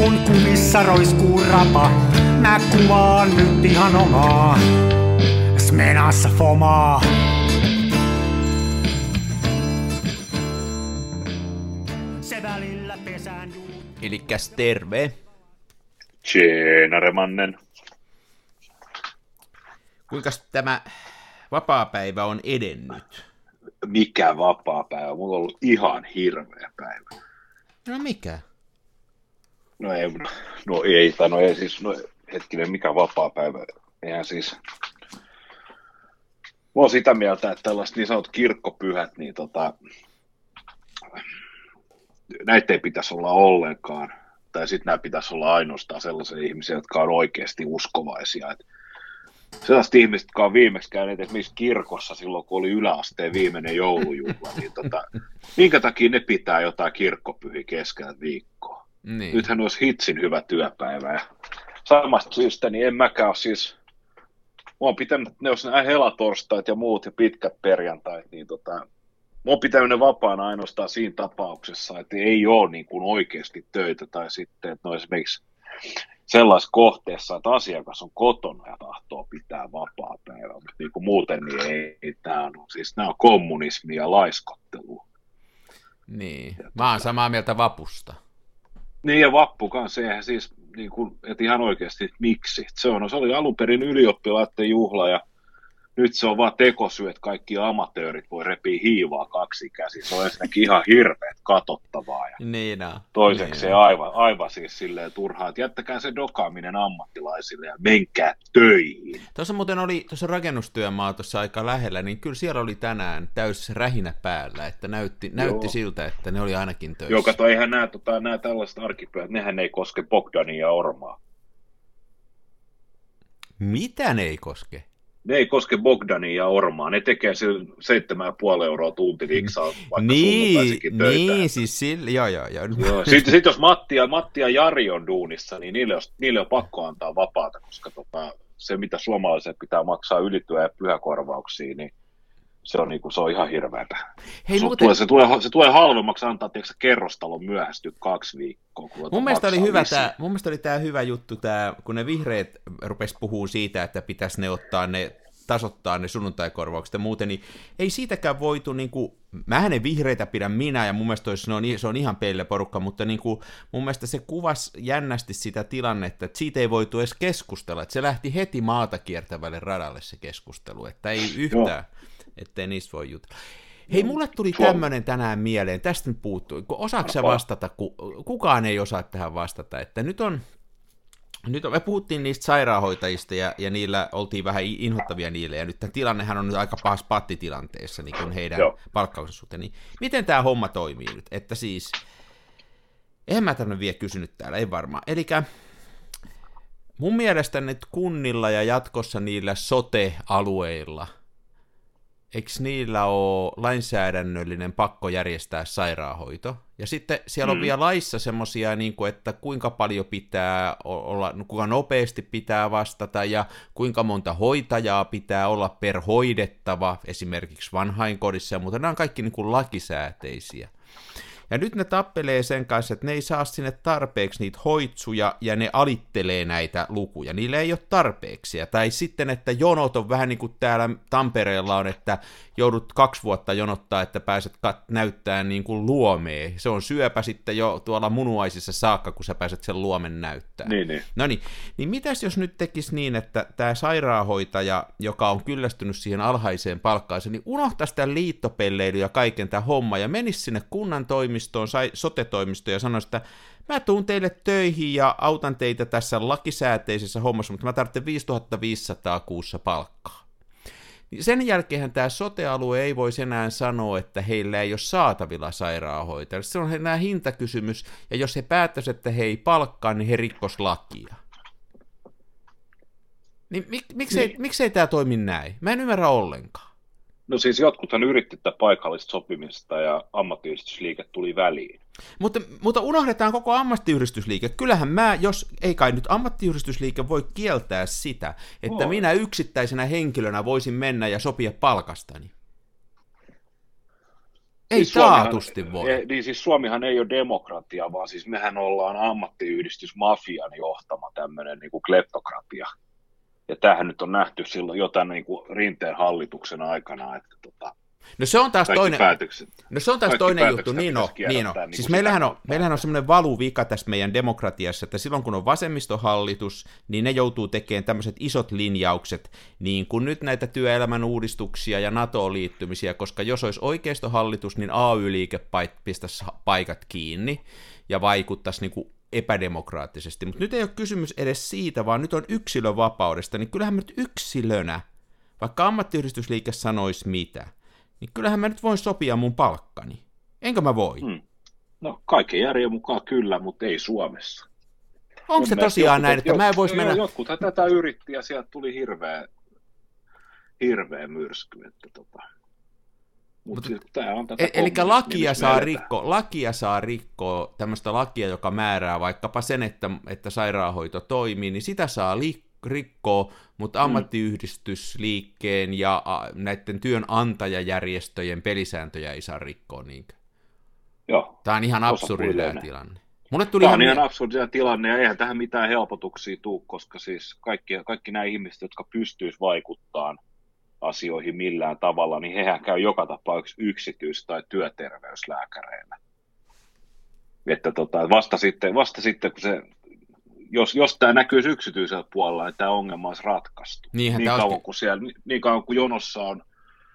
kun kumissa roiskuu rapa, mä kuvaan nyt ihan omaa Smenassa fomaa. Se välillä pesään Elikkäs terve. Tjeenaremannen. Kuinka tämä vapaapäivä on edennyt? Mikä vapaapäivä? Mulla on ollut ihan hirveä päivä. No mikä? Hetkinen, mikä vapaapäivä? Eihän siis... Mä oon sitä mieltä, että tällaiset niin sanotut kirkkopyhät, niin näitä ei pitäisi olla ollenkaan. Tai sitten nämä pitäisi olla ainoastaan sellaisia ihmisiä, jotka on oikeasti uskovaisia. Et sellaiset ihmiset, jotka on viimeksi käyneet esimerkiksi kirkossa silloin, kun oli yläasteen viimeinen joulujuhla, niin minkä takia ne pitää jotain kirkkopyhiä keskellä viikkoa? Niin. Nythän olisi hitsin hyvä työpäivä. Ja samasta syystä niin en mäkään ole siis... Mä oon pitänyt, ne olisi nämä helatorstaita ja muut ja pitkät perjantait, niin mä oon pitänyt ne vapaana ainoastaan siinä tapauksessa, että ei ole niin kuin oikeasti töitä tai sitten, että no esimerkiksi sellaisessa kohteessa, että asiakas on kotona ja tahtoo pitää vapaa-päivää, mutta niin kuin muuten niin ei tämä on, siis nämä on kommunismia ja laiskottelua. Niin, mä oon samaa mieltä vapusta. Niin ja vappu kanssa, eihän siis niin kuin, että ihan oikeasti, että miksi? Se oli alun perin ylioppilaiden juhla ja nyt se on vaan tekosyy, että kaikki amatöörit voi repiä hiivaa kaksi käsiä. Se on ensinnäkin ihan hirveet katsottavaa. Ja niin on. toiseksi niin aivan siis silleen turhaa, että jättäkää se dokaaminen ammattilaisille ja menkää töihin. Tuossa muuten oli tuossa rakennustyömaa tuossa aika lähellä, niin kyllä siellä oli tänään täys rähinä päällä, että näytti siltä, että ne oli ainakin töissä. Joo, kato, eihän nämä tällaiset arkipyhät, nehän ei koske Bogdania ja Ormaa. Mitä ne ei koske? Ne ei koske Bogdania ja Ormaa, ne tekee 7,5 euroa tunti liksaa, vaikka sunnuntaisinkin töitä. Niin, siis joo. Sitten jos Matti ja Jari on duunissa, niin niille on pakko antaa vapaata, koska se, mitä suomalaiset pitää maksaa ylityö- ja pyhäkorvauksia, niin se on ihan hirveätä. Hei, se tulee halvemmaksi antaa kerrostalon myöhästyä 2 viikkoa. Mun mielestä oli tämä hyvä juttu, kun ne vihreät rupesi puhumaan siitä, että pitäisi tasoittaa ne sunnuntaikorvaukset ja muuten, niin ei siitäkään voitu, niin kuin, mähän ne vihreitä pidän minä, ja mun mielestä se on ihan peille porukka, mutta niin kuin, mun mielestä se kuvasi jännästi sitä tilannetta, että siitä ei voitu edes keskustella, että se lähti heti maata kiertävälle radalle se keskustelu, että ei yhtään, ettei niistä voi jutella. Hei, mulle tuli tämmöinen tänään mieleen, tästä nyt puuttui, kun osaatko sä vastata, kukaan ei osaa tähän vastata, että nyt me puhuttiin niistä sairaanhoitajista ja niillä oltiin vähän inhottavia niille, ja nyt tämä tilannehan on nyt aika pahassa pattitilanteessa niin kuin heidän palkkauksen suhteen, niin miten tämä homma toimii nyt, että siis, eihän mä tämmöinen vielä kysynyt täällä, ei varmaan, elikkä mun mielestä nyt kunnilla ja jatkossa niillä sote-alueilla, eikö niillä ole lainsäädännöllinen pakko järjestää sairaanhoito? Ja sitten siellä on vielä laissa semmoisia, että kuinka paljon pitää olla, kuinka nopeasti pitää vastata ja kuinka monta hoitajaa pitää olla per hoidettava, esimerkiksi vanhainkodissa ja muuta. Nämä on kaikki niin kuin lakisääteisiä. Ja nyt ne tappelee sen kanssa, että ne ei saa sinne tarpeeksi niitä hoitsuja ja ne alittelee näitä lukuja. Niillä ei ole tarpeeksi. Tai sitten, että jonot on vähän niin kuin täällä Tampereella on, että joudut 2 vuotta jonottaa, että pääset näyttämään niin kuin luomea. Se on syöpä sitten jo tuolla munuaisissa saakka, kun sä pääset sen luomen näyttämään. Niin. No niin mitäs jos nyt tekisi niin, että tämä sairaanhoitaja, joka on kyllästynyt siihen alhaiseen palkkaansa, niin unohtaisi tämän liittopelleilyn ja kaiken tämän homma ja menisi sinne kunnan toimistoon, sote-toimistoon ja sanoisi, että mä tuun teille töihin ja autan teitä tässä lakisääteisessä hommassa, mutta mä tarvitsen 5500 kuussa palkkaa. Sen jälkeen tämä sote-alue ei voisi enää sanoa, että heillä ei ole saatavilla sairaanhoitajia. Se on enää hintakysymys, ja jos he päättäisivät, että he ei palkkaa, niin he rikkos lakia. Niin miksei tämä toimi näin? Mä en ymmärrä ollenkaan. No siis jotkuthan yritti tätä paikallista sopimista ja ammattiyhdistysliike tuli väliin. Mutta unohdetaan koko ammattiyhdistysliike. Kyllähän ei kai nyt ammattiyhdistysliike voi kieltää sitä, että minä yksittäisenä henkilönä voisin mennä ja sopia palkastani. Ei siis taatusti voi. Niin siis Suomihan ei ole demokratia, vaan siis mehän ollaan ammattiyhdistysmafian johtama tämmöinen niin kuin kleptokratia. Ja tämähän nyt on nähty silloin jotain niin kuin Rinteen hallituksen aikana, että No se on taas toinen, juttu, niin on. Niin siis meillähän on semmoinen valuvika tässä meidän demokratiassa, että silloin kun on vasemmistohallitus, niin ne joutuu tekemään tämmöiset isot linjaukset, niin kuin nyt näitä työelämän uudistuksia ja NATO-liittymisiä, koska jos olisi oikeistohallitus, niin AY-liike pistäisi paikat kiinni ja vaikuttaisi niin kuin epädemokraattisesti. Mutta nyt ei ole kysymys edes siitä, vaan nyt on yksilövapaudesta, niin kyllähän mä nyt yksilönä, vaikka ammattiyhdistysliike sanoisi mitä, niin kyllähän mä nyt voin sopia mun palkkani. Enkö mä voi? No kaiken järjen mukaan kyllä, mutta ei Suomessa. Onko se tosiaan näin, että mä en voisi mennä... Jotkuthan tätä yritti ja sieltä tuli hirveä myrsky. Mutta tämä on tätä eli lakia saa rikkoa tämmöistä lakia, joka määrää vaikkapa sen, että sairaanhoito toimii, niin sitä saa rikkoa, mutta ammattiyhdistysliikkeen ja näiden työnantajajärjestöjen pelisääntöjä ei saa rikkoa niinkö? Joo. Tämä on ihan absurdinen tilanne. Tämä on ihan absurdinen tilanne ja eihän tähän mitään helpotuksia tule, koska siis kaikki nämä ihmiset, jotka pystyisivät vaikuttamaan asioihin millään tavalla, niin hehän käy joka tapauksessa yksityis- tai työterveyslääkäreillä. Että vasta sitten, kun se, jos tämä näkyisi yksityisellä puolella, niin tämä ongelma olisi ratkaistu. Niin kauan kuin jonossa on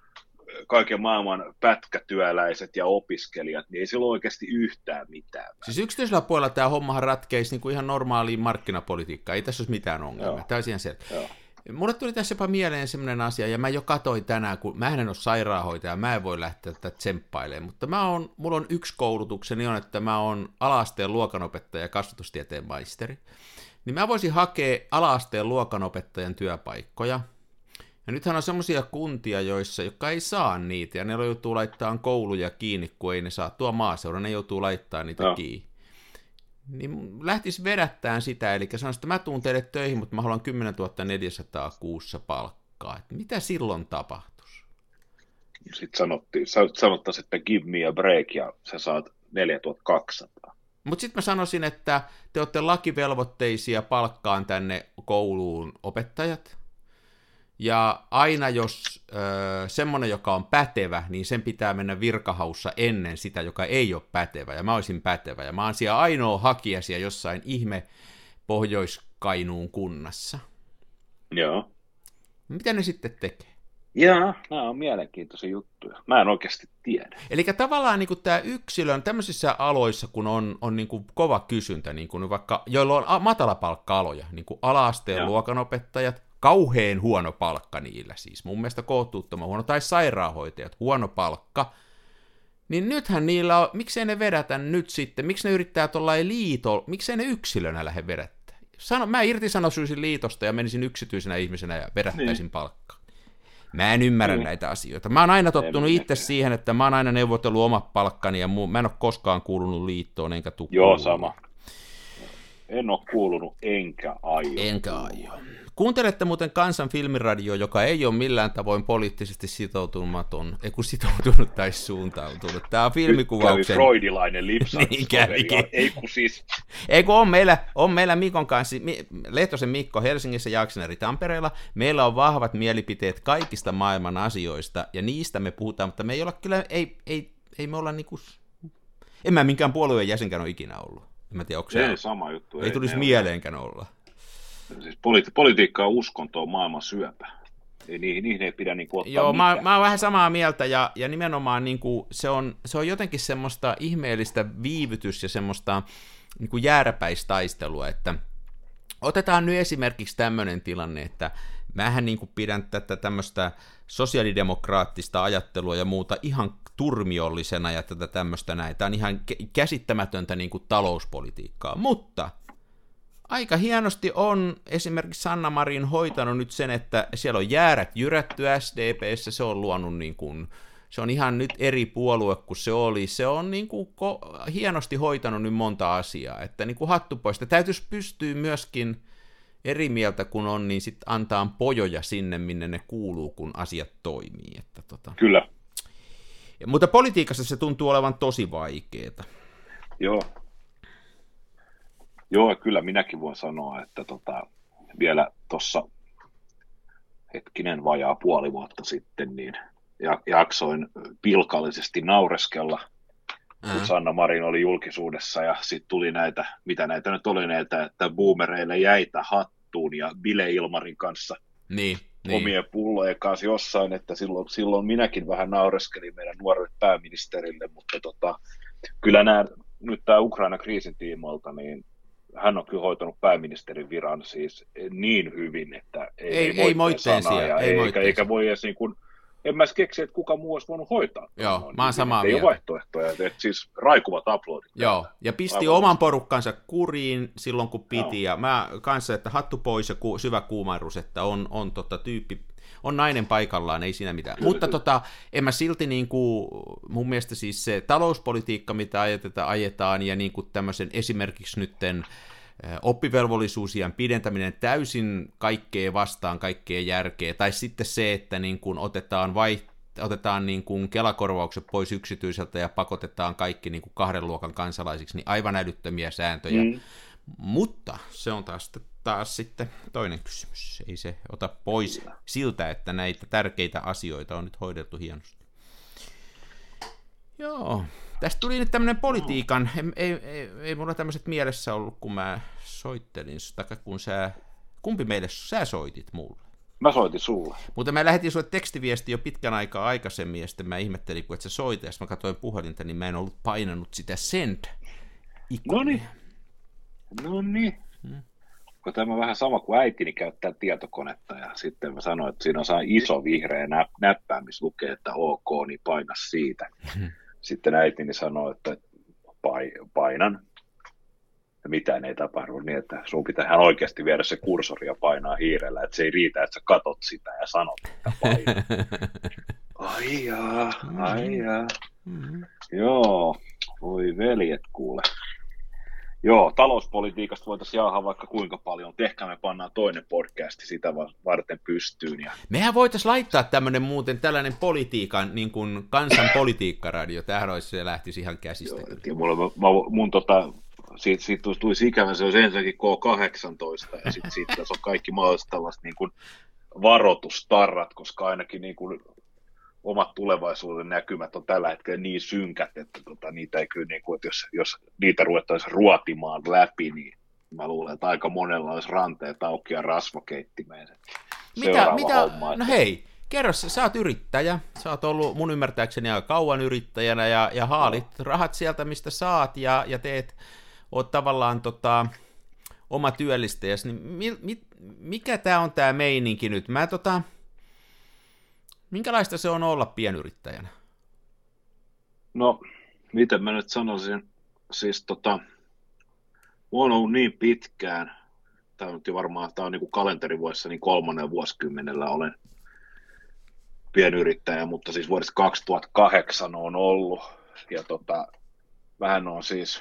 kaiken maailman pätkätyöläiset ja opiskelijat, niin ei sillä ole oikeasti yhtään mitään. Siis yksityisellä puolella tämä hommahan ratkeisi niin kuin ihan normaaliin markkinapolitiikkaan, ei tässä olisi mitään ongelmaa, tämä olisi ihan selvä. Mulle tuli tässä jopa mieleen sellainen asia, ja mä jo katsoin tänään, kun mä en ole sairaanhoitaja, mä en voi lähteä tätä tsemppailemaan, mutta mulla on yksi koulutukseni on, että mä oon ala-asteen luokanopettaja ja kasvatustieteen maisteri, niin mä voisin hakea ala-asteen luokanopettajan työpaikkoja, ja nythän on semmoisia kuntia, jotka ei saa niitä, ja ne joutuu laittamaan kouluja kiinni, kun ei ne saa tuo maaseudun, ne joutuu laittamaan niitä kiinni. Niin lähtisi vedättämään sitä, eli sanoisi, että mä tuun teille töihin, mutta mä haluan 10 400 kuussa palkkaa. Että mitä silloin tapahtuisi? Sitten sanottaisiin, että give me a break, ja sä saat 4200. Mutta sitten mä sanoisin, että te olette lakivelvoitteisia palkkaan tänne kouluun opettajat, ja aina jos semmoinen, joka on pätevä, niin sen pitää mennä virkahaussa ennen sitä, joka ei ole pätevä, ja mä olisin pätevä, ja mä oon siellä ainoa hakija siellä jossain ihme Pohjois-Kainuun kunnassa. Joo. Mitä ne sitten tekee? Joo, nämä on mielenkiintoisia juttuja. Mä en oikeasti tiedä. Eli tavallaan niin tämä yksilön tämmöisissä aloissa, kun on niin kuin kova kysyntä, niin kuin vaikka, joilla on matalapalkka-aloja, niin kuin ala-asteen luokanopettajat, kauheen huono palkka niillä siis, mun mielestä kohtuuttoman huono, tai sairaanhoitajat, huono palkka, niin nythän niillä on, miksei ne vedätä nyt sitten, miksi ne yrittää tuollain miksei ne yksilönä lähde vedättää? Mä irtisanoisin liitosta ja menisin yksityisenä ihmisenä ja vedättäisin palkkaa. Mä en ymmärrä näitä asioita. Mä oon aina tottunut itse siihen, että mä oon aina neuvotellut omat palkkani ja mä en ole koskaan kuulunut liittoon enkä tuu. Joo, sama. En ole kuulunut enkä aio. Kuuntelette muuten Kansan filmiradio, joka ei ole millään tavoin poliittisesti sitoutumaton, sitoutunut tai suuntautunut. Tämä on filmikuvauksen... Nyt kävi freudilainen lipsaus. Niin kävikin. Ei kun on meillä Mikon kanssa, Lehtosen Mikko Helsingissä, Jaakseneri Tampereella, meillä on vahvat mielipiteet kaikista maailman asioista, ja niistä me puhutaan, mutta me ei olla kyllä, ei me olla niinku... En mä minkään puolueen jäsenkään ole ikinä ollut. En mä tiedä, onko se... sama juttu. Ei tulisi mieleenkään olla. Siis politiikka on uskonto, on maailman syöpä. Niihin ei pidä niinku ottaa Joo, mitään. mä oon vähän samaa mieltä, ja nimenomaan niinku, se on jotenkin semmoista ihmeellistä viivytys ja semmoista niinku jääräpäistaistelua, että otetaan nyt esimerkiksi tämmöinen tilanne, että mähän niinku pidän tätä tämmöistä sosiaalidemokraattista ajattelua ja muuta ihan turmiollisena ja tätä tämmöistä näin. Tämä on ihan käsittämätöntä niinku talouspolitiikkaa, mutta aika hienosti on esimerkiksi Sanna Marin hoitanut nyt sen, että siellä on jäärät jyrätty SDP:ssä, se on luonut niin kuin, se on ihan nyt eri puolue kuin se oli, se on niin kuin hienosti hoitanut nyt monta asiaa, että niin kuin hattu pois. Täytyisi pystyä myöskin eri mieltä kun on, niin sitten antaa pojoja sinne, minne ne kuuluu, kun asiat toimii. Että Kyllä. Mutta politiikassa se tuntuu olevan tosi vaikeeta. Joo. Joo, kyllä minäkin voin sanoa, että vielä tuossa vajaa puoli vuotta sitten, niin jaksoin pilkallisesti naureskella, kun Sanna Marin oli julkisuudessa, ja sitten tuli näitä, mitä näitä nyt oli näitä, että boomereille jäitä hattuun, ja Bile Ilmarin kanssa omien pullojen kanssa jossain, että silloin minäkin vähän naureskelin meidän nuorelle pääministerille, mutta kyllä nyt tämä Ukraina-kriisin tiimoilta, niin hän on kyllä hoitanut pääministerin viran siis niin hyvin, että ei moitteen sijaan. Eikä voi edes niin kuin, en mä keksi, että kuka muu olisi voinut hoitaa. Joo, mä oon samaa mieltä. mieltä. Ei ole vaihtoehtoja, että siis raikuvat aplodit. Joo, ja pisti oman porukkansa kuriin silloin, kun piti, ja mä kanssa, että hattu pois ja syvä kuumarrus, että on tyyppi, on nainen paikallaan, ei siinä mitään. Mutta en mä silti mun mielestä siis se talouspolitiikka, mitä ajetaan, ja tämmöisen esimerkiksi nytten oppivelvollisuusiän pidentäminen täysin kaikkea vastaan, kaikkea järkeä, tai sitten se, että otetaan Kela-korvaukset pois yksityiseltä ja pakotetaan kaikki 2 luokan kansalaisiksi, niin aivan älyttömiä sääntöjä. Mutta se on taas sitten toinen kysymys. Ei se ota pois siltä, että näitä tärkeitä asioita on nyt hoidettu hienosti. Joo. Tästä tuli nyt tämmöinen politiikan, ei mulla tämmöiset mielessä ollut, kun mä soittelin, kun kumpi sä soitit mulle? Mä soitin sulle. Mutta mä lähetin sulle tekstiviesti jo pitkän aikaa aikaisemmin, ja sitten mä ihmettelin, kun et sä soita, ja mä katsoin puhelinta, niin mä en ollut painanut sitä send-ikonia. Noniin. Kun tämä on vähän sama kuin äitini käyttää tietokonetta, ja sitten mä sanoin, että siinä on iso vihreä näppää, missä lukee, että OK, niin paina siitä. Sitten äitini sanoi, että painan, ja mitään ei tapahdu niin, että sun pitää ihan oikeasti viedä se kursori ja painaa hiirellä, että se ei riitä, että sä katot sitä ja sanot, että paina. Ai jaa. Joo, voi veljet kuule. Joo, talouspolitiikasta voitaisiin jaahaa vaikka kuinka paljon. Ehkä me pannaan toinen podcasti sitä varten pystyyn. Ja mehän voitaisiin laittaa tällainen politiikan, niin kuin kansan politiikkaradio. Tämähän olisi, se lähtisi ihan käsistä. Siitä tulisi ikävä, se olisi ensinnäkin K18, ja sitten tässä on kaikki mahdolliset tällaiset niin kuin varoitustarrat, koska ainakin niin kuin omat tulevaisuuden näkymät on tällä hetkellä niin synkät, että niitä ei kyllä, niin kuin, että jos niitä ruvettaisiin ruotimaan läpi, niin mä luulen, että aika monella olisi ranteet auki ja rasvakeittimeen. Mitä? No hei, kerro, sä oot yrittäjä, sä oot ollut mun ymmärtääkseni aika kauan yrittäjänä ja haalit rahat sieltä, mistä saat ja oot tavallaan oma työllistäjäsi, niin mikä tää on tää meininki nyt? Minkälaista se on olla pienyrittäjänä? No, miten mä nyt sanoisin, siis mulla on ollut niin pitkään, tämä on varmaan, tämä on niin kuin kalenterivuodessa, niin 3. vuosikymmenellä olen pienyrittäjä, mutta siis vuodesta 2008 on ollut, ja vähän on siis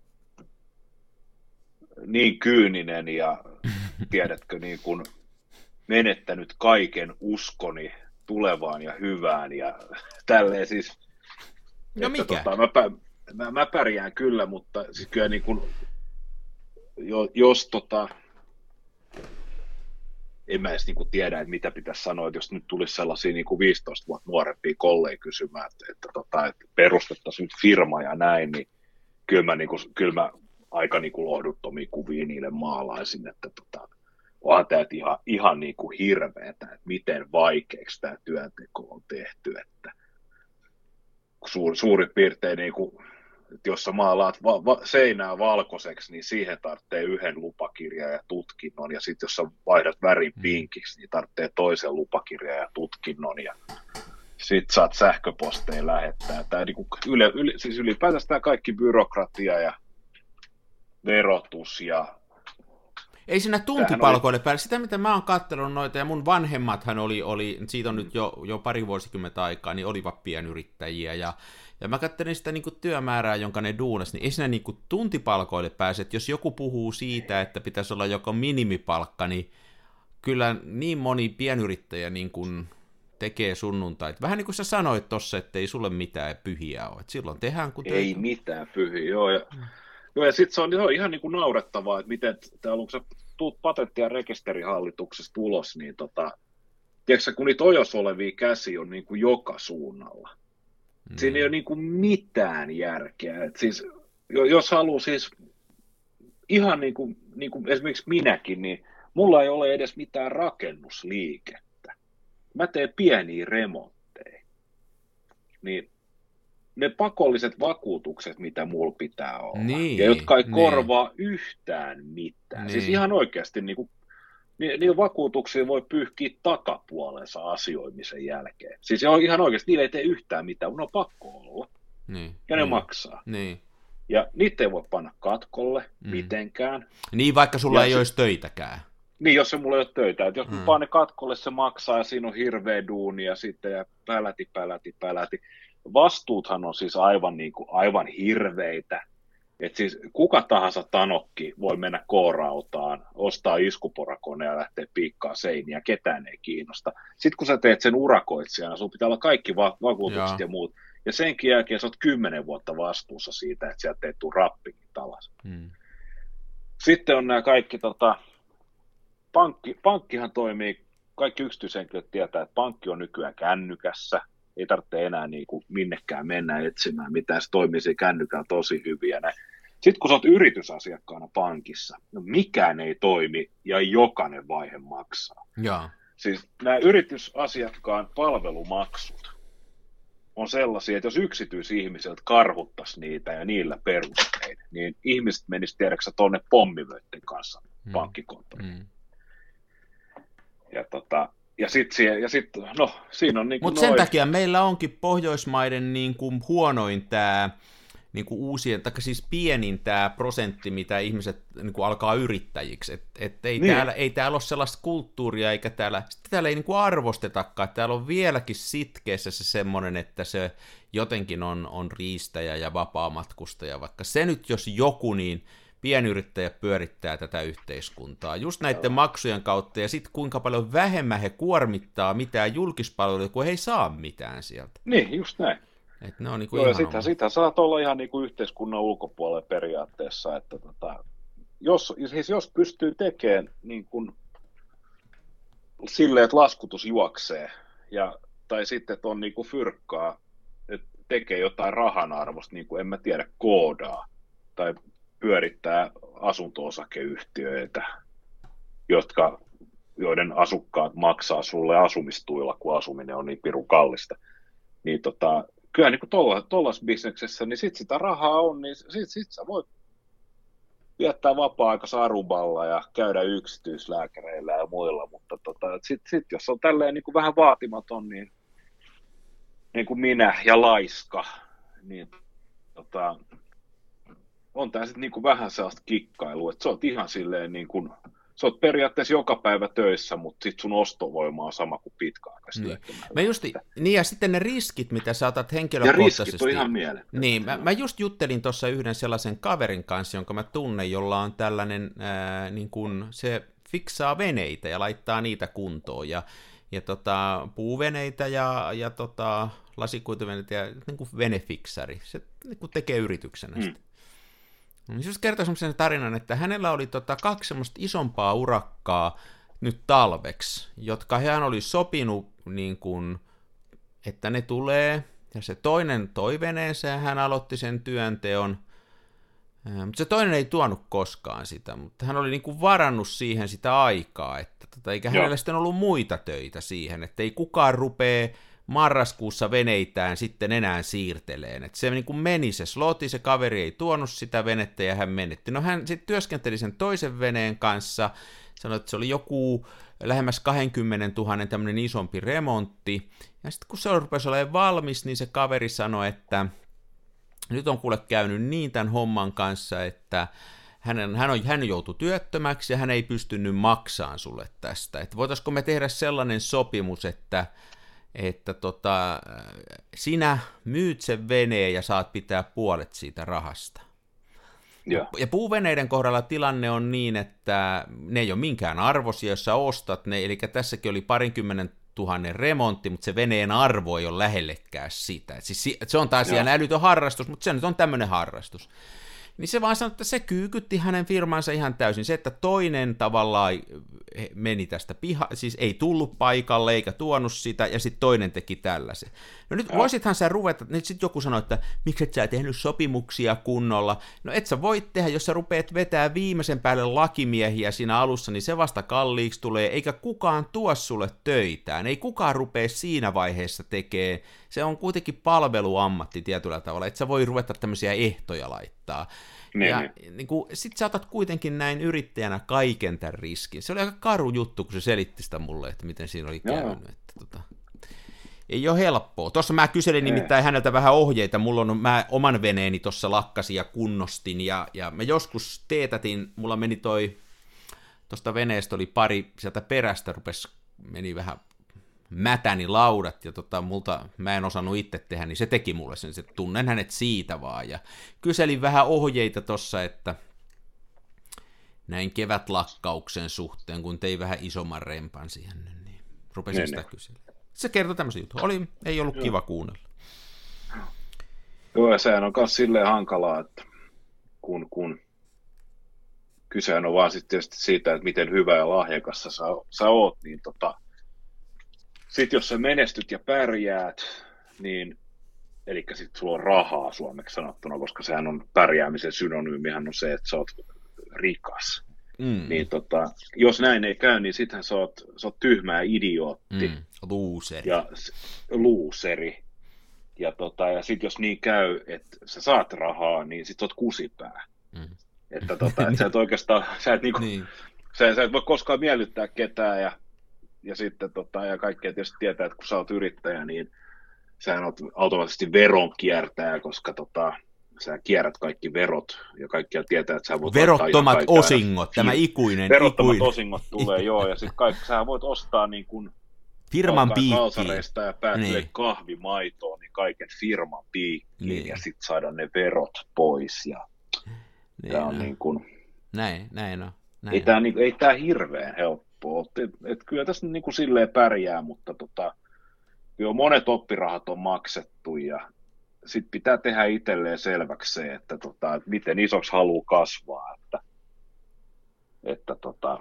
niin kyyninen ja tiedätkö, niin kuin menettänyt kaiken uskoni tulevaan ja hyvään ja tälleen siis. No mikä? Mä pärjään kyllä, mutta siis kyllä niin kuin, jos en mä edes niin kuin tiedä, että mitä pitäisi sanoa, että jos nyt tulisi sellaisia niin kuin 15 vuotta nuorempia kolleja kysymään, että perustettaisiin nyt firma ja näin, niin kyllä mä aika niin kuin lohduttomia kuvia niille maalaisin, että onhan tämä ihan niin kuin hirveetä, että miten vaikeaksi tämä työnteko on tehty, että suurin piirtein, niin kuin, että jos sä maalaat seinää valkoiseksi, niin siihen tarvitsee yhden lupakirjan ja tutkinnon, ja sitten jos sä vaihdat värin pinkiksi, niin tarvitsee toisen lupakirjan ja tutkinnon, ja sitten saat sähköposteja lähettää. Tämä, niin kuin, siis ylipäätänsä tämä kaikki byrokratia ja verotus ja ei siinä tuntipalkoille päälle. Sitä, mitä mä oon katsonut noita, ja mun vanhemmathan siitä on nyt jo pari vuosikymmentä aikaa, niin olivat pienyrittäjiä, ja mä katselin sitä niin kuin työmäärää, jonka ne duunas, niin ei siinä niin kuin tuntipalkoille pääse, että jos joku puhuu siitä, että pitäisi olla joko minimipalkka, niin kyllä niin moni pienyrittäjä niin kuin tekee sunnuntait. Vähän niin kuin sä sanoit tossa, että ei sulle mitään pyhiä ole. Et silloin tehdään kun ei mitään pyhiä, joo. Ja sitten se on ihan niin kuin naurettavaa, että miten täällä, kun sä tuut patentti- ja rekisterihallituksesta ulos, niin tiedätkö, kun niitä ojos olevia käsiä on niin kuin joka suunnalla. Siinä ei ole niin kuin mitään järkeä. Et siis, jos haluaa siis ihan niin kuin esimerkiksi minäkin, niin mulla ei ole edes mitään rakennusliikettä. Mä teen pieniä remontteja. Niin ne pakolliset vakuutukset, mitä mulla pitää olla, ja jotka ei korvaa yhtään mitään. Siis ihan oikeasti niillä vakuutuksia voi pyyhkiä takapuolensa asioimisen jälkeen. Siis ihan oikeasti niillä ei tee yhtään mitään, mun on pakko olla. Ja ne maksaa. Ja niitä ei voi panna katkolle mitenkään. Niin, vaikka sulla ei olisi töitäkään. Niin, jos se mulla ei ole töitä. Että jos mä panen katkolle, se maksaa ja siinä on hirveä duunia sitten ja päläti. Vastuuthan on siis aivan hirveitä. Että siis kuka tahansa tanokki voi mennä K-rautaan, ostaa iskuporakone ja lähteä piikkaa seiniä, ketään ei kiinnosta. Sitten kun sä teet sen urakoitsijana, sun pitää olla kaikki vakuutukset ja muut. Ja senkin jälkeen sä oot 10 vuotta vastuussa siitä, että sieltä ei tule rappikin alas. Sitten on nämä kaikki, pankkihan toimii, kaikki yksityishenkilöt tietää, että pankki on nykyään kännykässä. Ei tarvitse enää minnekään mennä etsimään mitään, se toimii se kännykään tosi hyvin. Sitten kun sä oot yritysasiakkaana pankissa, no mikään ei toimi ja jokainen vaihe maksaa. Ja. Siis nämä yritysasiakkaan palvelumaksut on sellaisia, että jos yksityisihmiseltä karhuttaisi niitä ja niillä perustein, niin ihmiset menisivät tiedäksä tuonne pommivöitten kanssa pankkikonttoriin. Ja sitten, no, siinä on niin kuin Mutta sen takia meillä onkin Pohjoismaiden niin kuin huonoin tämä niin kuin uusien, tai siis pienin tämä prosentti, mitä ihmiset niin kuin alkaa yrittäjiksi. Et ei täällä ole sellaista kulttuuria, eikä täällä ei niin kuin arvostetakaan. Täällä on vieläkin sitkeässä se semmoinen, että se jotenkin on riistäjä ja vapaamatkustaja, vaikka se nyt jos joku, niin pienyrittäjä pyörittää tätä yhteiskuntaa just näiden maksujen kautta, ja sitten kuinka paljon vähemmän he kuormittaa mitään julkispalveluja, kun he ei saa mitään sieltä. Niin, just näin. Et ne on niinku ja sitä saat olla ihan niin kuin yhteiskunnan ulkopuolella periaatteessa, että jos pystyy tekemään niin kuin silleen, että laskutus juoksee, tai sitten, että on niin kuin fyrkkaa, että tekee jotain rahan arvosta, niin kuin en mä tiedä, koodaa, tai pyörittää asunto-osakeyhtiöitä, joiden asukkaat maksaa sulle asumistuilla, kun asuminen on niin pirun kallista. Niin kyllä niin tuollaisessa bisneksessä, niin sitten sitä rahaa on, niin sit sä voit viettää vapaa-aika Aruballa ja käydä yksityislääkäreillä ja muilla, mutta sit jos on tälleen niin kuin vähän vaatimaton, niin kuin minä ja laiska, niin on tämä sitten niinku vähän sellaista kikkailua, että sä oot ihan silleen niin kuin, sä oot periaatteessa joka päivä töissä, mutta sit sun ostovoima on sama kuin pitkäaikaistyöttömällä. Niin ja sitten ne riskit, mitä sä otat henkilökohtaisesti. Ja riskit on ihan mielettömiä. Niin, mä just juttelin tuossa yhden sellaisen kaverin kanssa, jonka mä tunnen, jolla on tällainen, niin kuin se fiksaa veneitä ja laittaa niitä kuntoon ja puuveneitä ja lasikuituveneitä ja niin kuin venefiksari. Se niin kuin tekee yrityksenä sitä. Jos kertoo semmoisen tarinan, että hänellä oli 2 semmoista isompaa urakkaa nyt talveksi, jotka hän oli sopinut, niin kuin, että ne tulee, ja se toinen toi veneensä, ja hän aloitti sen työnteon, mutta se toinen ei tuonut koskaan sitä, mutta hän oli niin kuin varannut siihen sitä aikaa, että eikä hänellä sitten ollut muita töitä siihen, että ei kukaan rupea marraskuussa veneitään sitten enää siirteleen. Et se niin kuin meni se sloti, se kaveri ei tuonut sitä venettä ja hän menetti. No hän sitten työskenteli sen toisen veneen kanssa, sanoi, että se oli joku lähemmäs 20 000 tämmöinen isompi remontti. Ja sitten kun se rupesi olemaan valmis, niin se kaveri sanoi, että nyt on kuule käynyt niin tämän homman kanssa, että hän joutui työttömäksi ja hän ei pystynyt maksamaan sulle tästä. Että voitaisiko me tehdä sellainen sopimus, että sinä myyt sen veneen ja saat pitää puolet siitä rahasta. Ja puuveneiden kohdalla tilanne on niin, että ne ei ole minkään arvoisia, jos sä ostat ne, eli tässäkin oli 20 000 remontti, mutta se veneen arvo ei ole lähellekään sitä. Et siis se on taas ihan älytön harrastus, mutta se nyt on tämmöinen harrastus. Niin se vaan sanoi, että se kyykytti hänen firmansa ihan täysin. Se, että toinen tavallaan meni tästä siis ei tullut paikalle eikä tuonut sitä, ja sitten toinen teki tällaisen. No nyt voisithan sä ruveta, nyt sitten joku sanoi, että miksi et sä tehnyt sopimuksia kunnolla. No et sä voit tehdä, jos sä rupeat vetää viimeisen päälle lakimiehiä siinä alussa, niin se vasta kalliiksi tulee, eikä kukaan tuo sulle töitään. Ei kukaan rupea siinä vaiheessa tekemään. Se on kuitenkin palveluammatti tietyllä tavalla, että sä voi ruveta tämmöisiä ehtoja laittaa. Ja niin sit sä otat kuitenkin näin yrittäjänä kaiken tämän riskin. Se oli aika karu juttu, kun se selitti sitä mulle, että miten siinä oli käynyt. Että, ei ole helppoa. Tuossa mä kyselin nimittäin häneltä vähän ohjeita. Mä oman veneeni tuossa lakkasin ja kunnostin, ja mä joskus teetätin, mulla meni tuosta veneestä oli pari sieltä perästä, meni vähän mätäni laudat, ja mä en osannut itse tehdä, niin se teki mulle sen, että tunnen hänet siitä vaan, ja kyselin vähän ohjeita tossa, että näin kevätlakkauksen suhteen, kun tein vähän isomman rempan siihen, niin rupesin sitä kyselemään. Se kertoi tämmöisen jutun. Ei ollut kiva kuunnella. Joo, ja sehän on myös silleen hankalaa, että kun kysehän on vaan sitten tietysti siitä, että miten hyvä ja lahjakas sä oot, niin sitten jos sä menestyt ja pärjäät, niin, eli sitten sulla on rahaa suomeksi sanottuna, koska sehän on pärjäämisen synonyymihän on se, että sä oot rikas. Niin jos näin ei käy, niin sittenhän sä oot tyhmä idiootti. Looseri. Ja looseri. Ja sitten jos niin käy, että sä saat rahaa, niin sit sä oot kusipää. Että et sä et oikeastaan, sä et voi koskaan miellyttää ketään ja sitten ja kaikkea tietysti tietää, että kun sä oot yrittäjä, niin sähän oot automaattisesti veronkiertäjä, koska sä kierrät kaikki verot ja kaikkia tietää, että sä voit verottomat osingot, tämä ikuinen. Verottomat osingot tulee, joo, ja sitten sä voit ostaa niin kuin firman kalsareista ja päättelee kahvimaitoon, niin kaiken firman piikkiin ja sitten saada ne verot pois. Ja tämä on niin kuin... Näin on. Ei tämä hirveän helppoa. Et kyllä tässä niin kuin silleen pärjää, mutta kyllä monet oppirahat on maksettu ja sitten pitää tehdä itselleen selväksi se, että miten isoksi haluaa kasvaa, että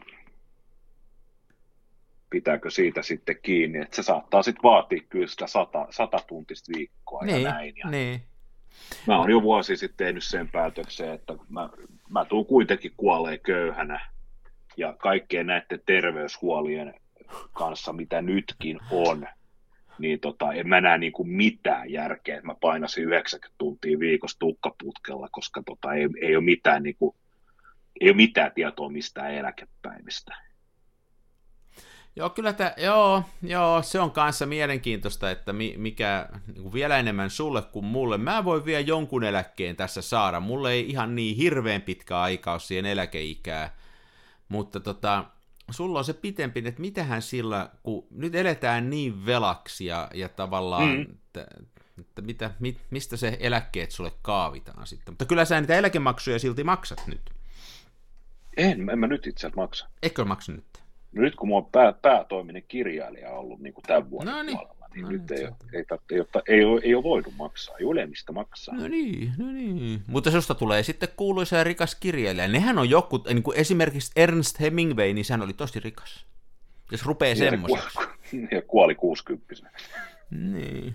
pitääkö siitä sitten kiinni, että se saattaa sitten vaatia kyllä sitä 100-tuntista viikkoa ja näin. Ja mä oon jo vuosi sitten tehnyt sen päätöksen, että mä tuun kuitenkin kuolleen köyhänä ja kaikkien näiden terveyshuolien kanssa, mitä nytkin on, niin en mä näe niin kuin mitään järkeä, että mä painasin 90 tuntia viikossa tukkaputkella, koska ei ole mitään, niin kuin, ei ole mitään tietoa mistään eläkepäivistä. Joo, kyllä se on kanssa mielenkiintoista, että mikä niin vielä enemmän sulle kuin mulle. Mä voin vielä jonkun eläkkeen tässä saada. Mulle ei ihan niin hirveän pitkä aika ole siihen eläkeikää, mutta sulla on se pitempi, että mitähän sillä, kun nyt eletään niin velaksi ja tavallaan, että mistä se eläkkeet sulle kaavitaan sitten. Mutta kyllä sä niitä eläkemaksuja silti maksat nyt. En mä nyt itse asiassa maksa. Eikö maksa nyt? No nyt kun mä oon päätoiminen kirjailija ollut niin kuin tämän vuoden puolella, niin nyt ei ole voinut maksaa, ei ole mistä maksaa. No niin. Mutta susta tulee sitten kuuluisa ja rikas kirjailija. Nehän on joku, niin kuin esimerkiksi Ernest Hemingway, niin sehän oli tosi rikas. Jos rupeaa semmoiseksi. Ja kuoli 60. Niin.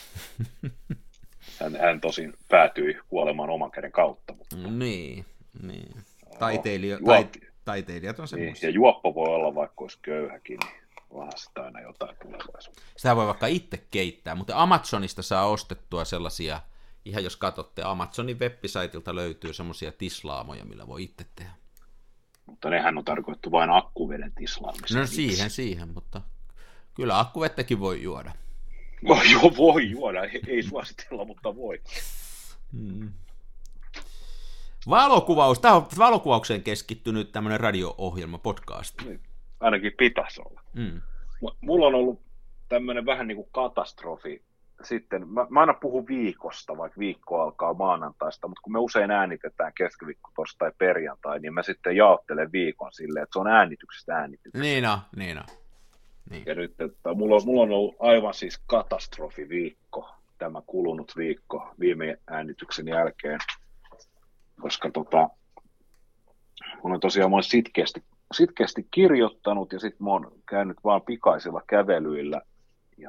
Hän tosin päätyi kuolemaan oman käden kautta. Mutta... Niin. Taiteilijat on semmoisia. Ja juoppo voi olla, vaikka olisi köyhäkin, niin vähän sitä aina jotain tulevaisuutta. Sitä voi vaikka itse keittää, mutta Amazonista saa ostettua sellaisia, ihan jos katsotte, Amazonin web-saitilta löytyy semmoisia tislaamoja, millä voi itse tehdä. Mutta nehän on tarkoitettu vain akkuveden tislaamiseen. No siihen, mutta kyllä akkuvettäkin voi juoda. Voi juoda, ei suositella, mutta voi. Valokuvaus. Tämä on valokuvaukseen keskittynyt tämmöinen radio-ohjelma, podcast. Ainakin pitäisi olla. Mulla on ollut tämmöinen vähän niin kuin katastrofi. Sitten, mä aina puhun viikosta, vaikka viikko alkaa maanantaista, mutta kun me usein äänitetään keskiviikko, torstai, perjantai, niin mä sitten jaottelen viikon silleen, että se on äänityksestä. Niin on. Niin. Ja nyt, että mulla on ollut aivan siis katastrofiviikko, tämä kulunut viikko viime äänityksen jälkeen, koska mulla on tosiaan sitkeästi kirjoittanut ja sitten mä oon käynyt vaan pikaisilla kävelyillä ja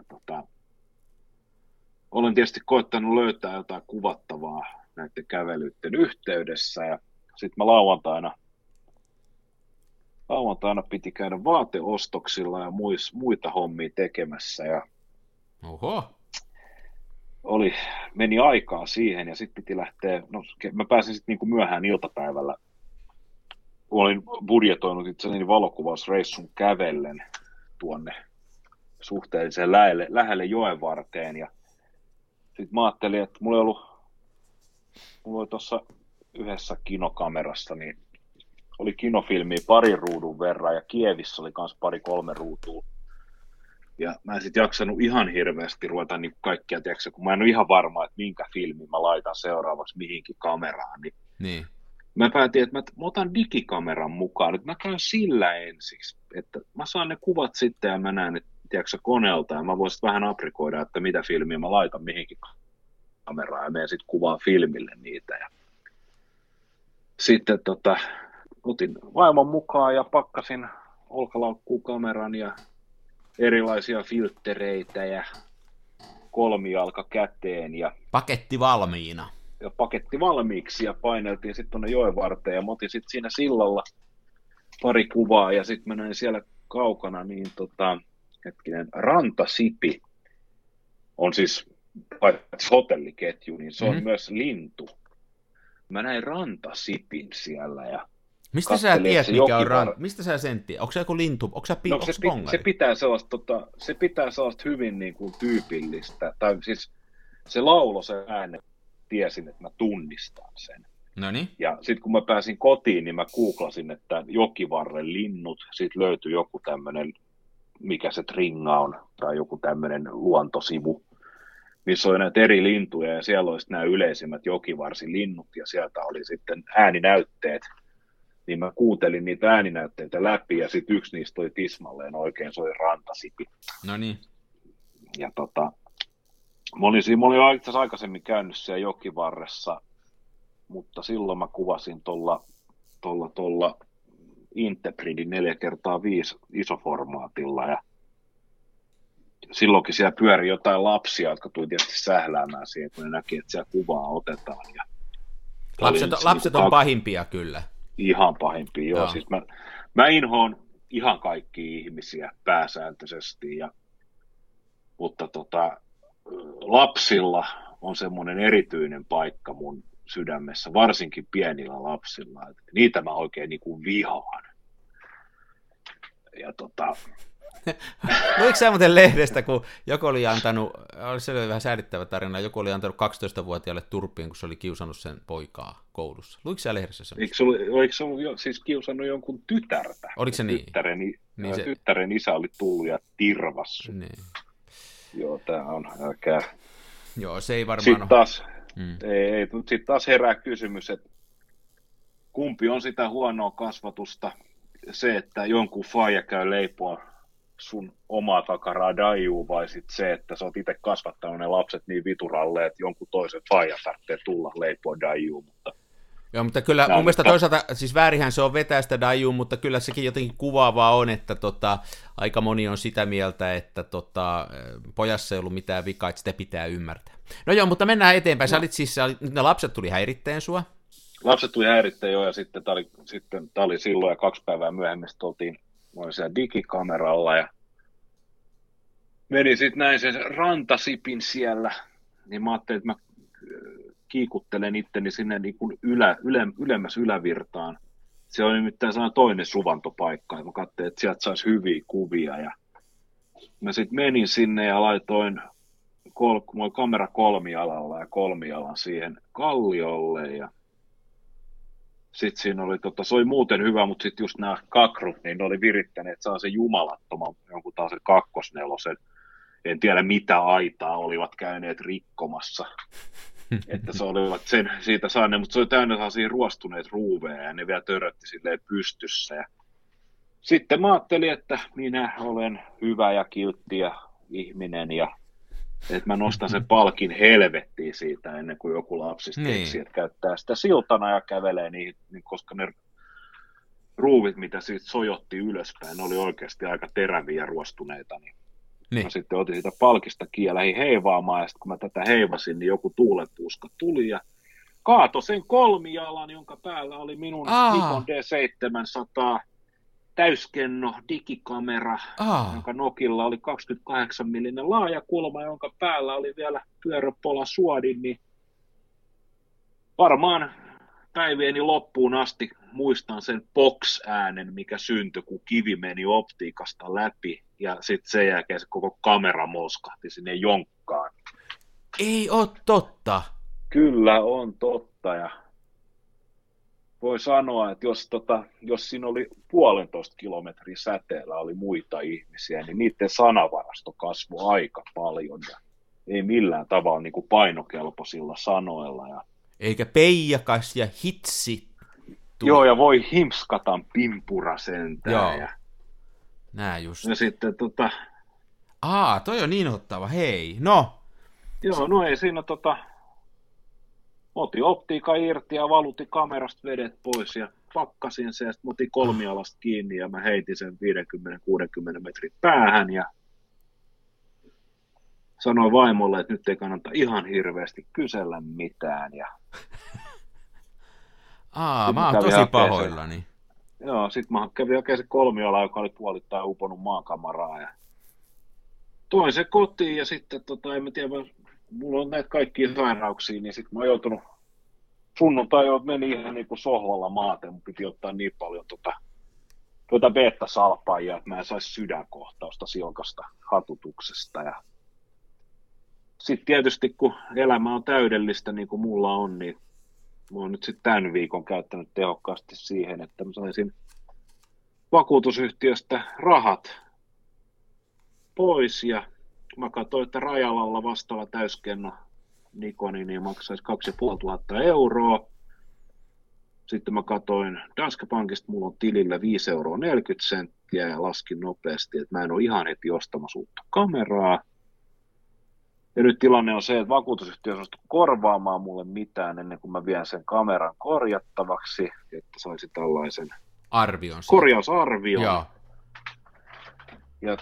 olen tietysti koettanut löytää jotain kuvattavaa näiden kävelyiden yhteydessä ja sitten mä lauantaina piti käydä vaateostoksilla ja muita hommia tekemässä ja Oho. Meni aikaa siihen ja sitten piti lähteä, mä pääsin sitten niinku myöhään iltapäivällä, olin budjetoinut itselleni valokuvausreissun kävellen tuonne suhteellisen lähelle joen varteen ja sitten mä ajattelin, että mulla oli tuossa yhdessä kinokamerassa, niin oli kinofilmiä 2 ruudun verran ja Kievissä oli myös 2-3 ruutua. Ja mä en sitten jaksanut ihan hirveästi ruveta niin kaikkia, tiedätkö, kun mä en ole ihan varma, että minkä filmin mä laitan seuraavaksi mihinkin kameraan. Niin. Mä päätin, että mä otan digikameran mukaan, että mä käyn sillä ensiksi, että mä saan ne kuvat sitten ja mä näen, että tiedätkö, koneelta ja mä voisin vähän aprikoida, että mitä filmiä mä laitan mihinkin kameraan ja menen sitten kuvaa filmille niitä. Ja sitten otin vaimon mukaan ja pakkasin olkalaukkuun kameran ja erilaisia filttereitä ja kolmijalka käteen. Ja paketti valmiina. Ja paketti valmiiksi ja paineltiin sitten tuonne joen varteen ja mä otin sitten siinä sillalla 2 kuvaa ja sitten mä näin siellä kaukana niin Rantasipi on siis paitsi hotelliketju, niin se on myös lintu. Mä näin Rantasipin siellä ja mistä sä tiedät, mikä on mistä sä sen tiedät? Onko se joku lintu? Onko se se pitää sellaista hyvin niin kuin tyypillistä, tai siis se laulo se ääne, tiesin, että mä tunnistan sen. Noniin. Ja sitten kun mä pääsin kotiin, niin mä googlasin, että jokivarren linnut, siitä löytyi joku tämmöinen, mikä se Tringa on, tai joku tämmöinen luontosivu, missä oli näitä eri lintuja, ja siellä oli nämä yleisimmät jokivarsilinnut, ja sieltä oli sitten ääninäytteet. Niin mä kuuntelin niitä ääninäytteitä läpi, ja sitten yksi niistä oli tismalleen oikein, se oli Rantasipi. No niin. Ja mä olin itse asiassa aikaisemmin käynyt siellä jokivarressa, mutta silloin mä kuvasin tuolla Interpridin 4x5 isoformaatilla, ja silloinkin siellä pyöri jotain lapsia, jotka tuli tietysti sähläämään siihen, kun ne näki, että siellä kuvaa otetaan. Ja lapset on pahimpia kyllä. Ihan pahimpia, joo. Siis mä inhoon ihan kaikkia ihmisiä pääsääntöisesti, mutta lapsilla on semmoinen erityinen paikka mun sydämessä, varsinkin pienillä lapsilla. Että niitä mä oikein niin kuin vihaan. Ja luitko sä muuten lehdestä, kun joku oli antanut, se oli vähän säädittävä tarina, joku oli antanut 12-vuotiaalle turpiin, kun se oli kiusannut sen poikaa koulussa. Luitko sä lehdessä semmoista? Eikö se ollut siis kiusannut jonkun tytärtä? Oliko se niin? Tyttären isä oli tullut ja tirvassu. Niin. Joo, tää on älkää. Joo, se ei varmaan sitten taas, sitten taas herää kysymys, että kumpi on sitä huonoa kasvatusta? Se, että jonkun faija käy leipoa sun omaa takaraa daijuu, vai sitten se, että sä oot itse kasvattanut ne lapset niin vituralle, että jonkun toisen faijan tarvitsee tulla leipoa daijuu, mutta joo, mutta kyllä mun mielestä toisaalta, siis väärinhän se on vetää sitä daijuu, mutta kyllä sekin jotenkin kuvaavaa on, että aika moni on sitä mieltä, että pojassa ei ollut mitään vikaa, että sitä pitää ymmärtää. No joo, mutta mennään eteenpäin. Ne lapset tuli häiritteen sua? Lapset tuli häiritteen jo, ja sitten tää oli silloin, ja 2 päivää myöhemmin oltiin siellä digikameralla, ja menin sitten näin sen Rantasipin siellä, niin mä ajattelin, että mä kiikuttelen itteni sinne niin kuin ylemmäs ylävirtaan. Se oli nimittäin sellainen toinen suvantopaikka, ja mä katsoin, että sieltä saisi hyviä kuvia, ja mä sitten menin sinne ja laitoin kamera kolmialalla ja kolmialan siihen kalliolle, ja sitten siinä oli, se oli muuten hyvä, mutta sitten just nämä kakrut, niin ne oli virittäneet se jumalattoman jonkun taas 2/4, en tiedä mitä aitaa olivat käyneet rikkomassa, että se olivat sen siitä saaneet, mutta se oli täynnä sellaisia ruostuneet ruuveja ja ne vielä törötti silleen pystyssä. Ja sitten mä ajattelin, että minä olen hyvä ja kiltti ja ihminen ja että mä nostan sen palkin helvettiin siitä ennen kuin joku lapsista keksii, että käyttää sitä siltana ja kävelee niin, koska ne ruuvit, mitä siitä sojotti ylöspäin, ne oli oikeasti aika teräviä ja ruostuneita, niin. Mä sitten otin sitä palkista kiinni ja lähdin heivaamaan, ja sitten kun mä tätä heivasin, niin joku tuulenpuuska tuli ja kaato sen kolmijalan, jonka päällä oli minun Nikon D700 täyskenno digikamera, jonka Nokilla oli 28 millinen laajakulma, jonka päällä oli vielä pyöräpola suodin, niin varmaan päivieni loppuun asti muistan sen box-äänen, mikä syntyi, kun kivi meni optiikasta läpi, ja sitten sen jälkeen se koko kamera molskahti sinne jonkkaan. Ei ole totta. Kyllä on totta, ja voi sanoa, että jos siinä oli 1,5 kilometrin säteellä oli muita ihmisiä, niin niiden sanavarasto kasvoi aika paljon, ja ei millään tavalla niin kuin painokelpoisilla sanoilla. Ja eikä peijakas ja hitsi. Joo, ja voi himskatan pimpura sentään. Joo, ja nää just. Ja sitten toi on niin ottava, hei, no. Joo, no ei siinä otin optiikka irti ja valutin kamerasta vedet pois ja pakkasin sen, ja sitten otin kolmialasta kiinni ja mä heitin sen 50-60 metrin päähän ja sanoin vaimolle, että nyt ei kannata ihan hirveästi kysellä mitään. Ja mä oon tosi pahoillani. Joo, sit mä kävin oikein se kolmiala, joka oli puolittain uponut maakamaraa ja toin se kotiin ja sitten en mä tiedä, mulla on näitä kaikkia sairauksia, niin sit mä oon joutunut sunnuntai meni ihan niin kuin sohvalla maaten, mun piti ottaa niin paljon beta-salpaajia, että mä en saisi sydänkohtausta silkasta hatutuksesta. Ja sitten tietysti, kun elämä on täydellistä, niin kuin mulla on, niin mä oon nyt sitten tämän viikon käyttänyt tehokkaasti siihen, että mä saisin vakuutusyhtiöstä rahat pois, ja mä katsoin, että Rajalalla vastaava täyskenno Nikoni niin maksaisi 2500 €. Sitten mä katsoin Danske Bankista, mulla on tilillä 5,40 € ja laskin nopeasti, että mä en ole ihan heti ostamassa uutta kameraa. Ja nyt tilanne on se, että vakuutusyhtiö on suostunut korvaamaan mulle mitään ennen kuin mä vien sen kameran korjattavaksi, että saisi tällaisen korjausarvion. Joo. Ja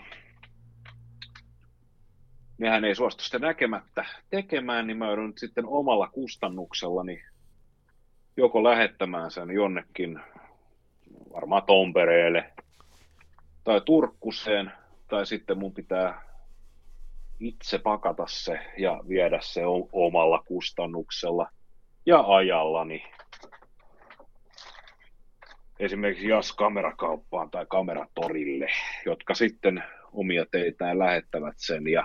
nehän ei suostu sitä näkemättä tekemään, niin mä joudun nyt sitten omalla kustannuksellani joko lähettämään sen jonnekin, varmaan Tompereelle tai Turkkuseen, tai sitten mun pitää itse pakata se ja viedä se omalla kustannuksella ja ajallani esimerkiksi JAS-kamerakauppaan tai kameratorille, jotka sitten omia teitään lähettävät sen. Ja